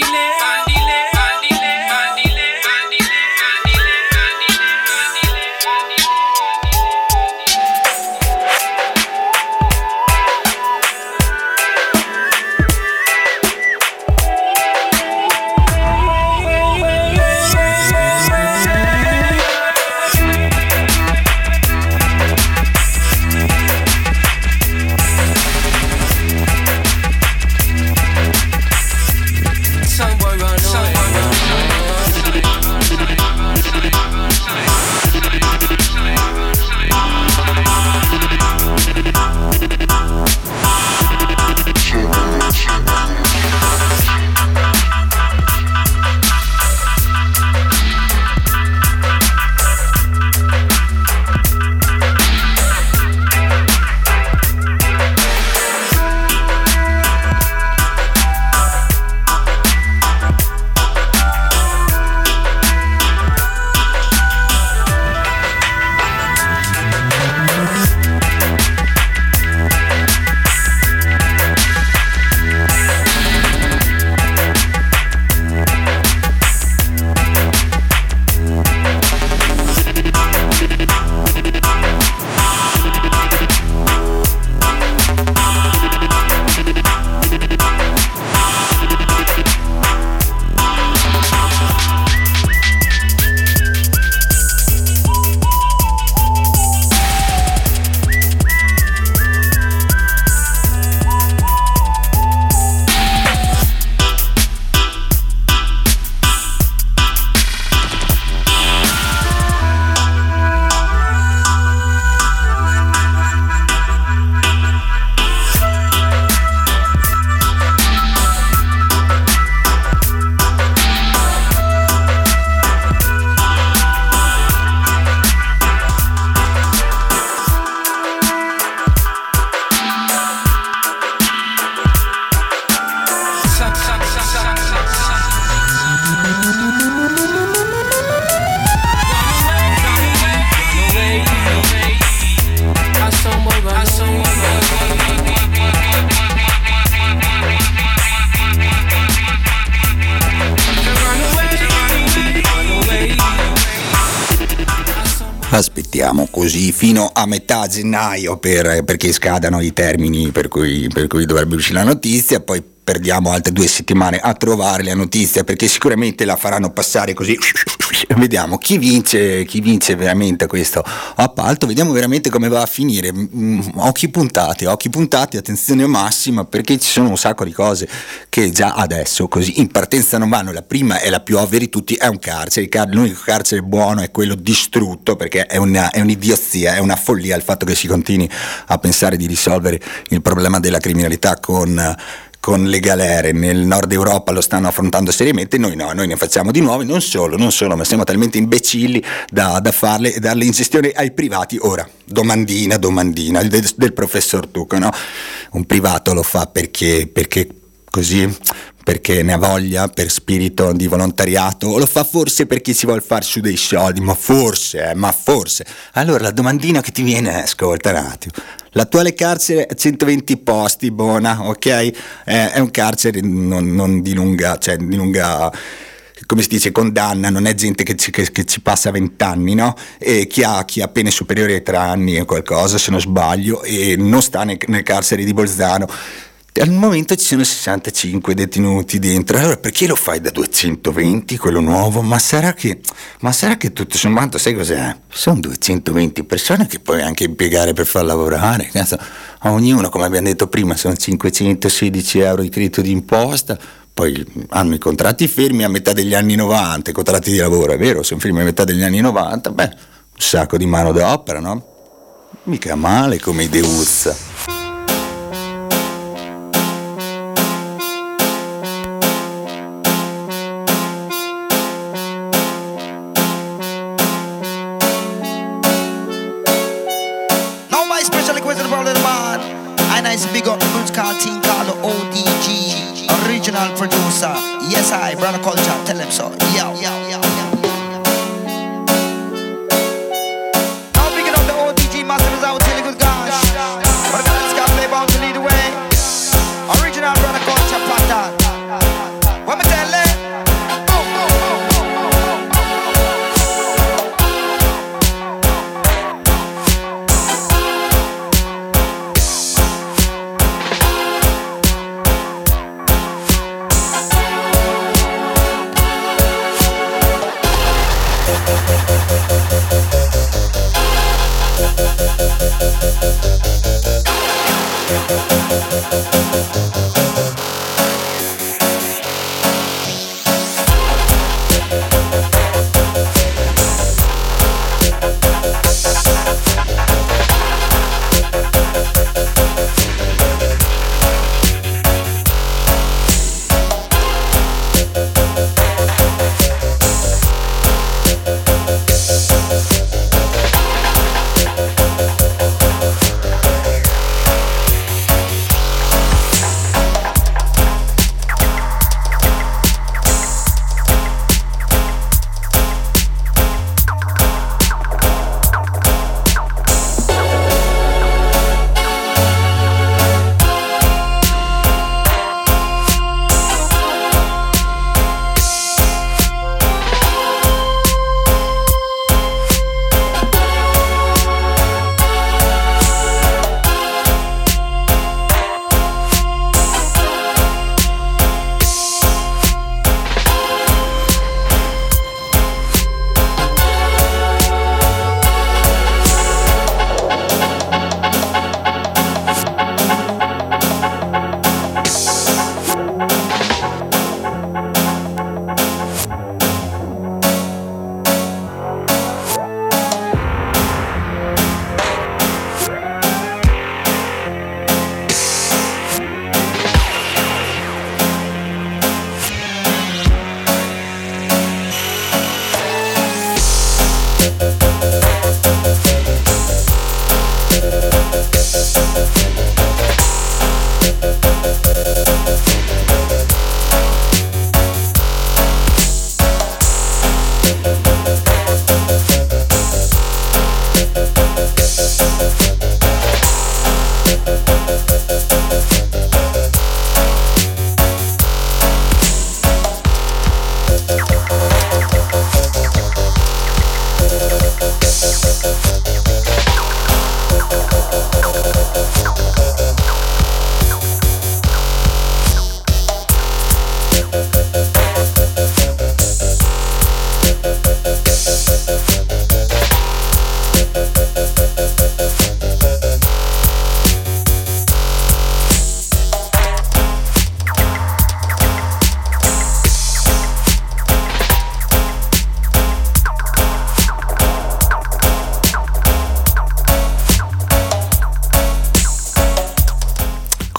Aspettiamo così fino a metà gennaio perché scadano i termini per cui dovrebbe uscire la notizia, poi perdiamo altre 2 settimane a trovare la notizia, perché sicuramente la faranno passare così. Vediamo chi vince veramente questo appalto, vediamo veramente come va a finire. Occhi puntati, attenzione massima, perché ci sono un sacco di cose che già adesso così in partenza non vanno. La prima è la più ovvia di tutti, è un carcere. L'unico carcere buono è quello distrutto, perché è un'idiozia, è una follia il fatto che si continui a pensare di risolvere il problema della criminalità con le galere. Nel nord Europa lo stanno affrontando seriamente, noi no, noi ne facciamo di nuovi, non solo, ma siamo talmente imbecilli da farle e darle in gestione ai privati. Ora, domandina del professor Tucco, no? Un privato lo fa perché così, perché ne ha voglia, per spirito di volontariato, o lo fa forse perché si vuole far su dei soldi, ma forse. Allora la domandina che ti viene è, ascolta un attimo, l'attuale carcere è 120 posti, buona, ok? È un carcere non di lunga, cioè di lunga, come si dice, condanna, non è gente che ci passa 20 anni, no? E chi ha pene superiori ai 3 anni o qualcosa, se non sbaglio, e non sta nel carcere di Bolzano. Al momento ci sono 65 detenuti dentro. Allora perché lo fai da 220 quello nuovo? Ma sarà che tutto sommato, sai cos'è? Sono 220 persone che puoi anche impiegare per far lavorare. A ognuno, come abbiamo detto prima, sono 516 euro di credito d'imposta. Poi hanno i contratti fermi a metà degli anni 90, i contratti di lavoro, è vero, sono fermi a metà degli anni 90. Beh, un sacco di manodopera, no? Mica male come ideuzza. Big up Roots Car team called the ODG, original producer. Yes, I, brother culture, tell them so. Yo. Now picking up the ODG masters out, tell you good gosh. But the guys play bound to lead the way. Original brother culture pattern. What me tell you?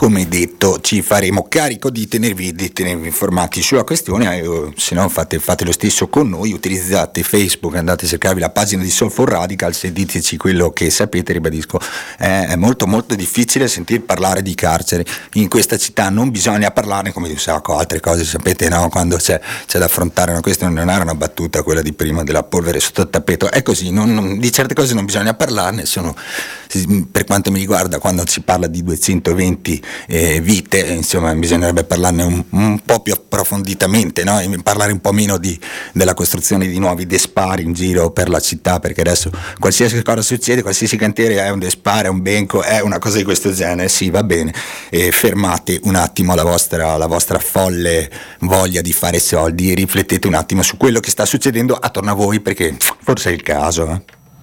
come detto ci faremo carico di tenervi informati sulla questione, se no fate lo stesso con noi, utilizzate Facebook, andate a cercarvi la pagina di Soulful Radicals e diteci quello che sapete. Ribadisco, è molto molto difficile sentir parlare di carcere in questa città, non bisogna parlarne come di un sacco altre cose, sapete, no? Quando c'è da affrontare una questione, non era una battuta quella di prima della polvere sotto il tappeto, è così, di certe cose non bisogna parlarne, per quanto mi riguarda, quando si parla di 220 vite, insomma, bisognerebbe parlarne un po' più approfonditamente, no? E parlare un po' meno della costruzione di nuovi despari in giro per la città, perché adesso qualsiasi cosa succede, qualsiasi cantiere è un despare, è un benco, è una cosa di questo genere. Sì, va bene, fermate un attimo la vostra folle voglia di fare soldi e riflettete un attimo su quello che sta succedendo attorno a voi, perché forse è il caso.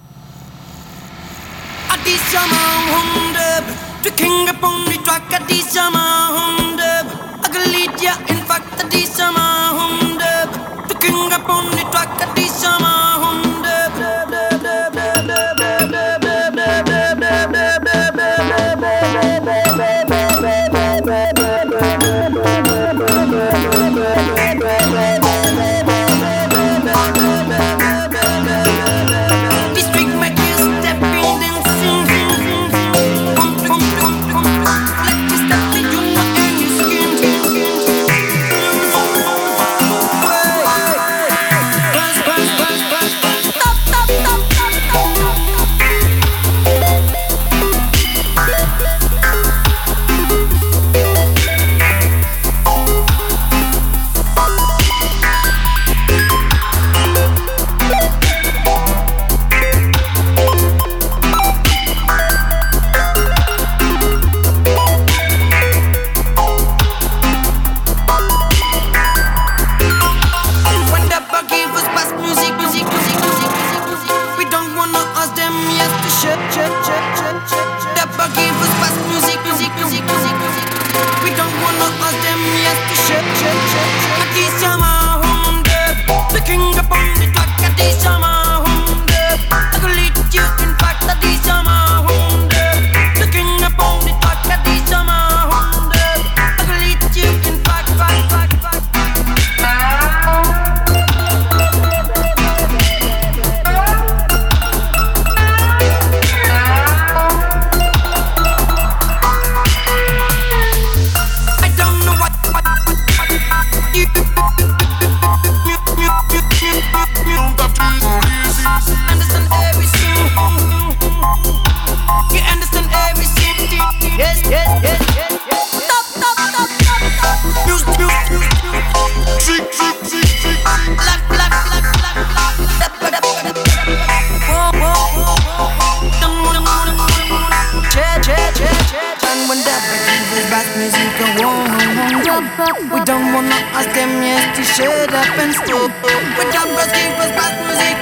We don't wanna ask them, yes, to shut up and stop. We don't want to give us bad music.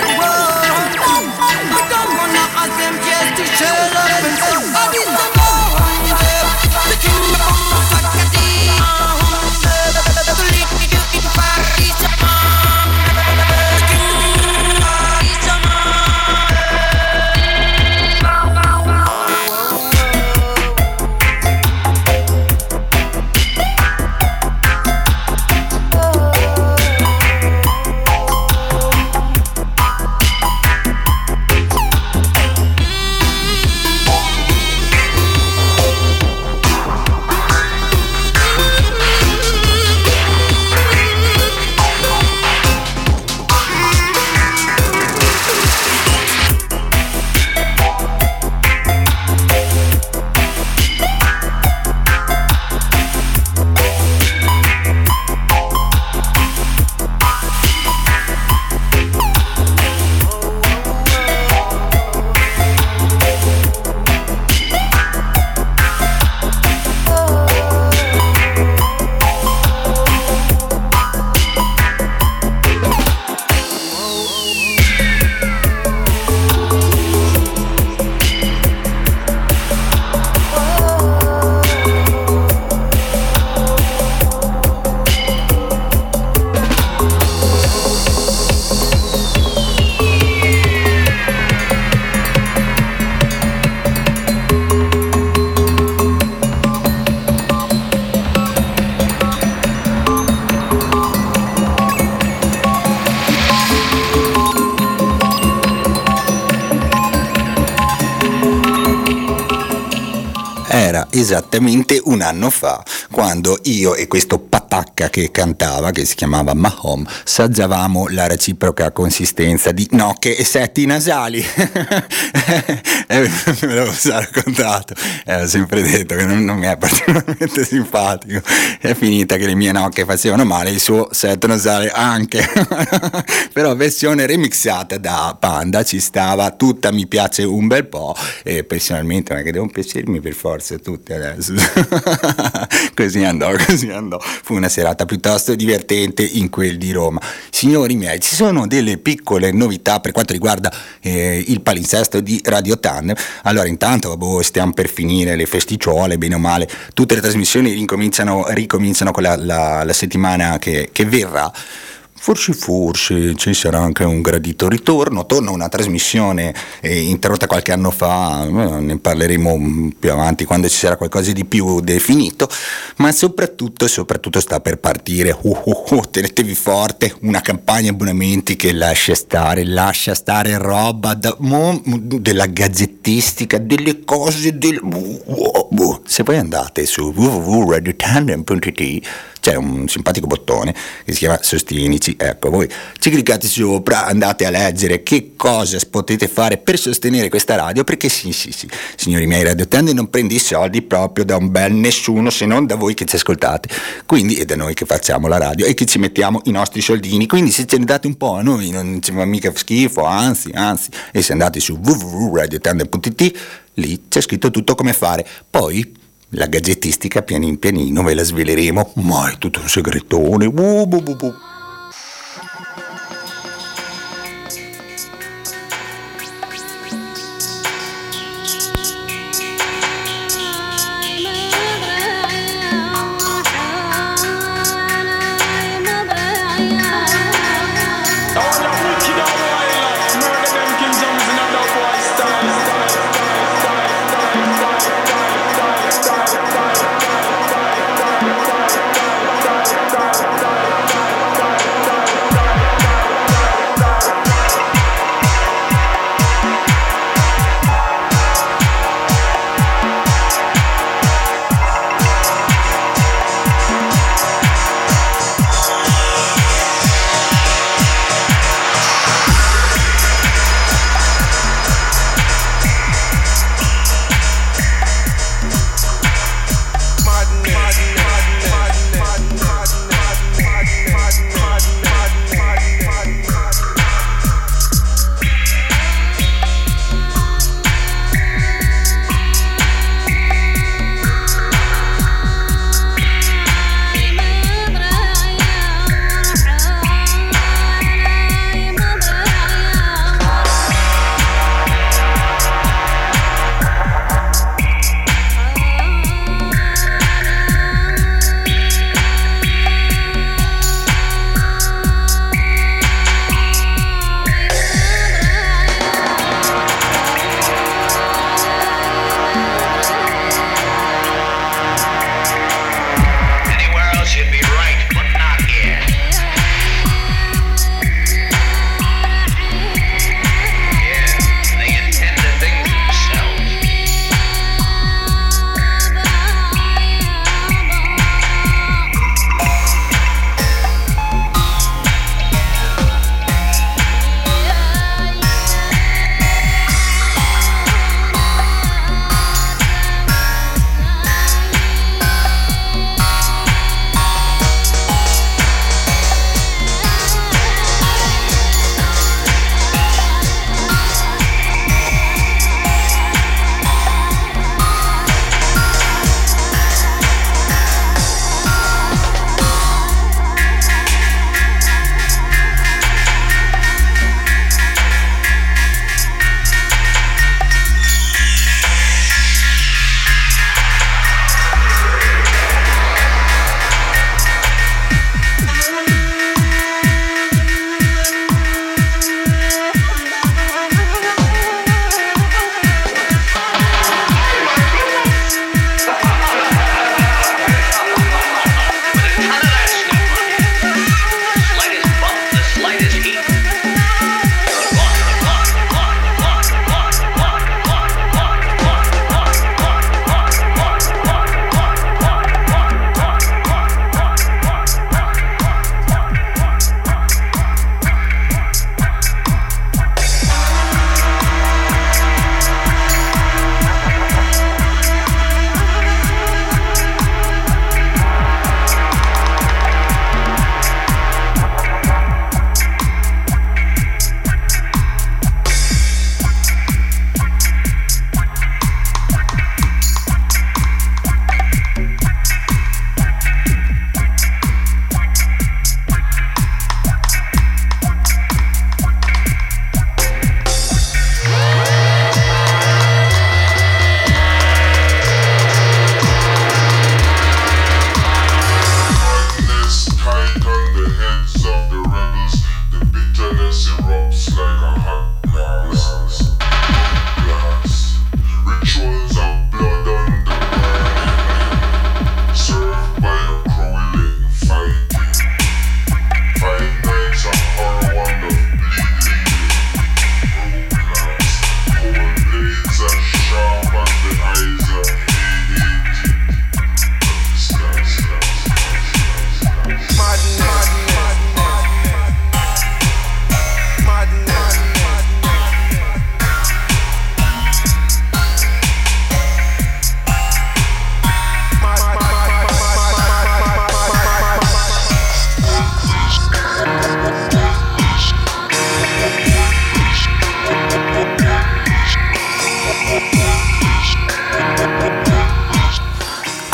We don't wanna ask them, yes, to shut up and stop. But it's the the king of the Sakati. To lead you in Paris. The king Era esattamente un anno fa, quando io e questo patacca che cantava, che si chiamava Mahom, saggiavamo la reciproca consistenza di nocche e setti nasali. Me l'avevo raccontato, ho sempre detto che non mi è particolarmente simpatico. È finita che le mie nocche facevano male, il suo setto nasale anche. Però versione remixata da Panda ci stava tutta, mi piace un bel po', e personalmente non è che devono piacermi per forza tutte adesso. Così andò. Fu una serata piuttosto divertente in quel di Roma. Signori miei, ci sono delle piccole novità per quanto riguarda il palinsesto di Radio Tandem. Allora, intanto stiamo per finire le festicciole, bene o male, tutte le trasmissioni ricominciano con la settimana che verrà. Forse ci sarà anche un gradito ritorno. Torna una trasmissione interrotta qualche anno fa, ne parleremo più avanti quando ci sarà qualcosa di più definito, ma soprattutto sta per partire, tenetevi forte, una campagna abbonamenti che lascia stare roba della gadgettistica, delle cose se poi andate su www.radiotandem.it c'è un simpatico bottone che si chiama Sostienici. Ecco, voi ci cliccate sopra, andate a leggere che cosa potete fare per sostenere questa radio, perché sì, signori miei, Radio Tandem non prende i soldi proprio da un bel nessuno, se non da voi che ci ascoltate, quindi è da noi che facciamo la radio e che ci mettiamo i nostri soldini, quindi se ce ne date un po' a noi non ci fa mica schifo, anzi, e se andate su www.radiotandem.it lì c'è scritto tutto come fare. Poi la gadgettistica pianino ve la sveleremo, ma è tutto un segretone.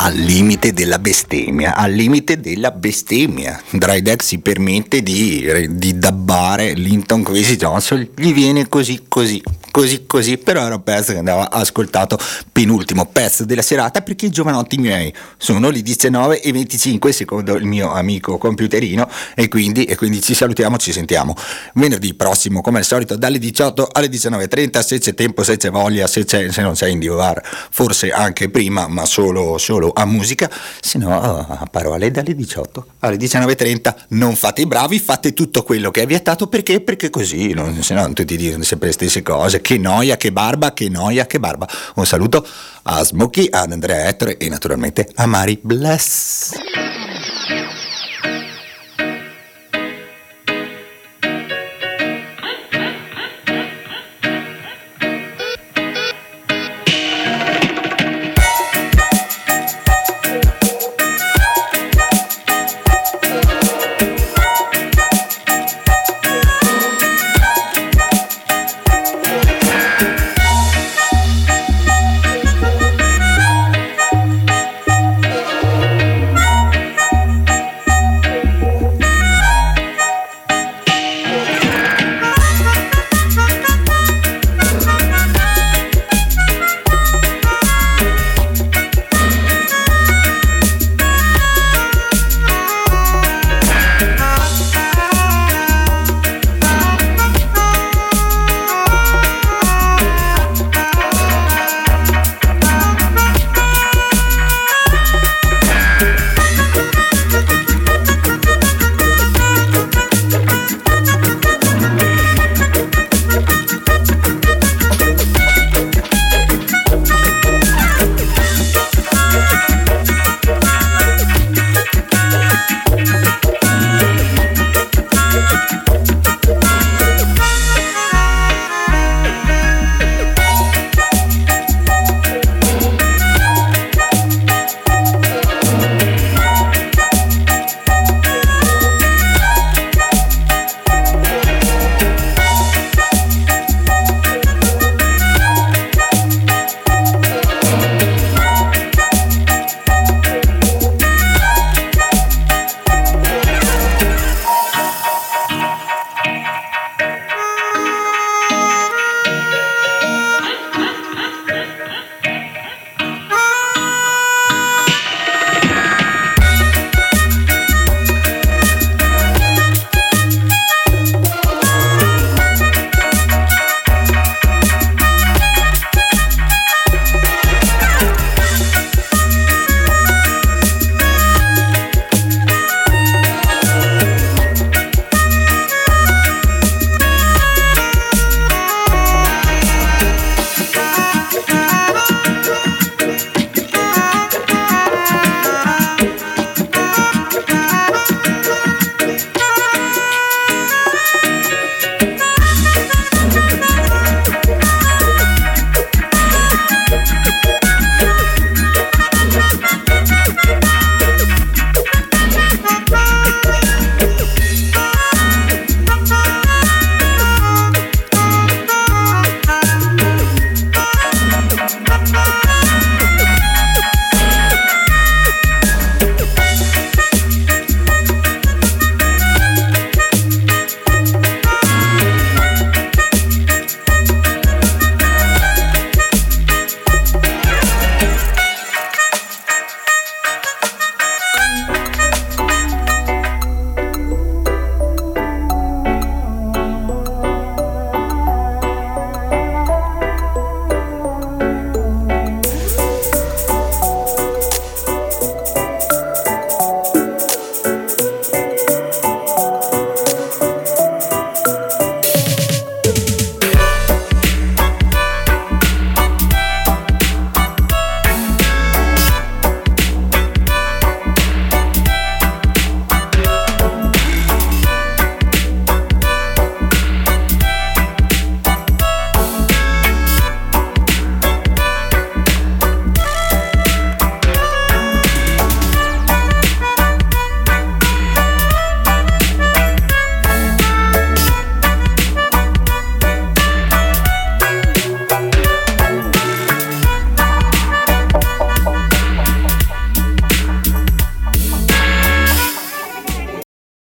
al limite della bestemmia, al limite della bestemmia. Dry Deck si permette di dabbare Linton Kwesi Johnson, gli viene così, però era un pezzo che andava ascoltato, penultimo pezzo della serata, perché i giovanotti miei sono le 19:25 secondo il mio amico computerino, e quindi ci salutiamo, ci sentiamo venerdì prossimo come al solito dalle 18 alle 19:30, se c'è tempo, se c'è voglia, se non c'è in Bar, forse anche prima, ma solo a musica, se no a parole dalle 18 alle 19:30. Non fate i bravi, fate tutto quello che è vietato, perché così, se no tutti dicono sempre le stesse cose. Che noia, che barba. Un saluto a Smokey, ad Andrea Ettore e naturalmente a Mari Bless.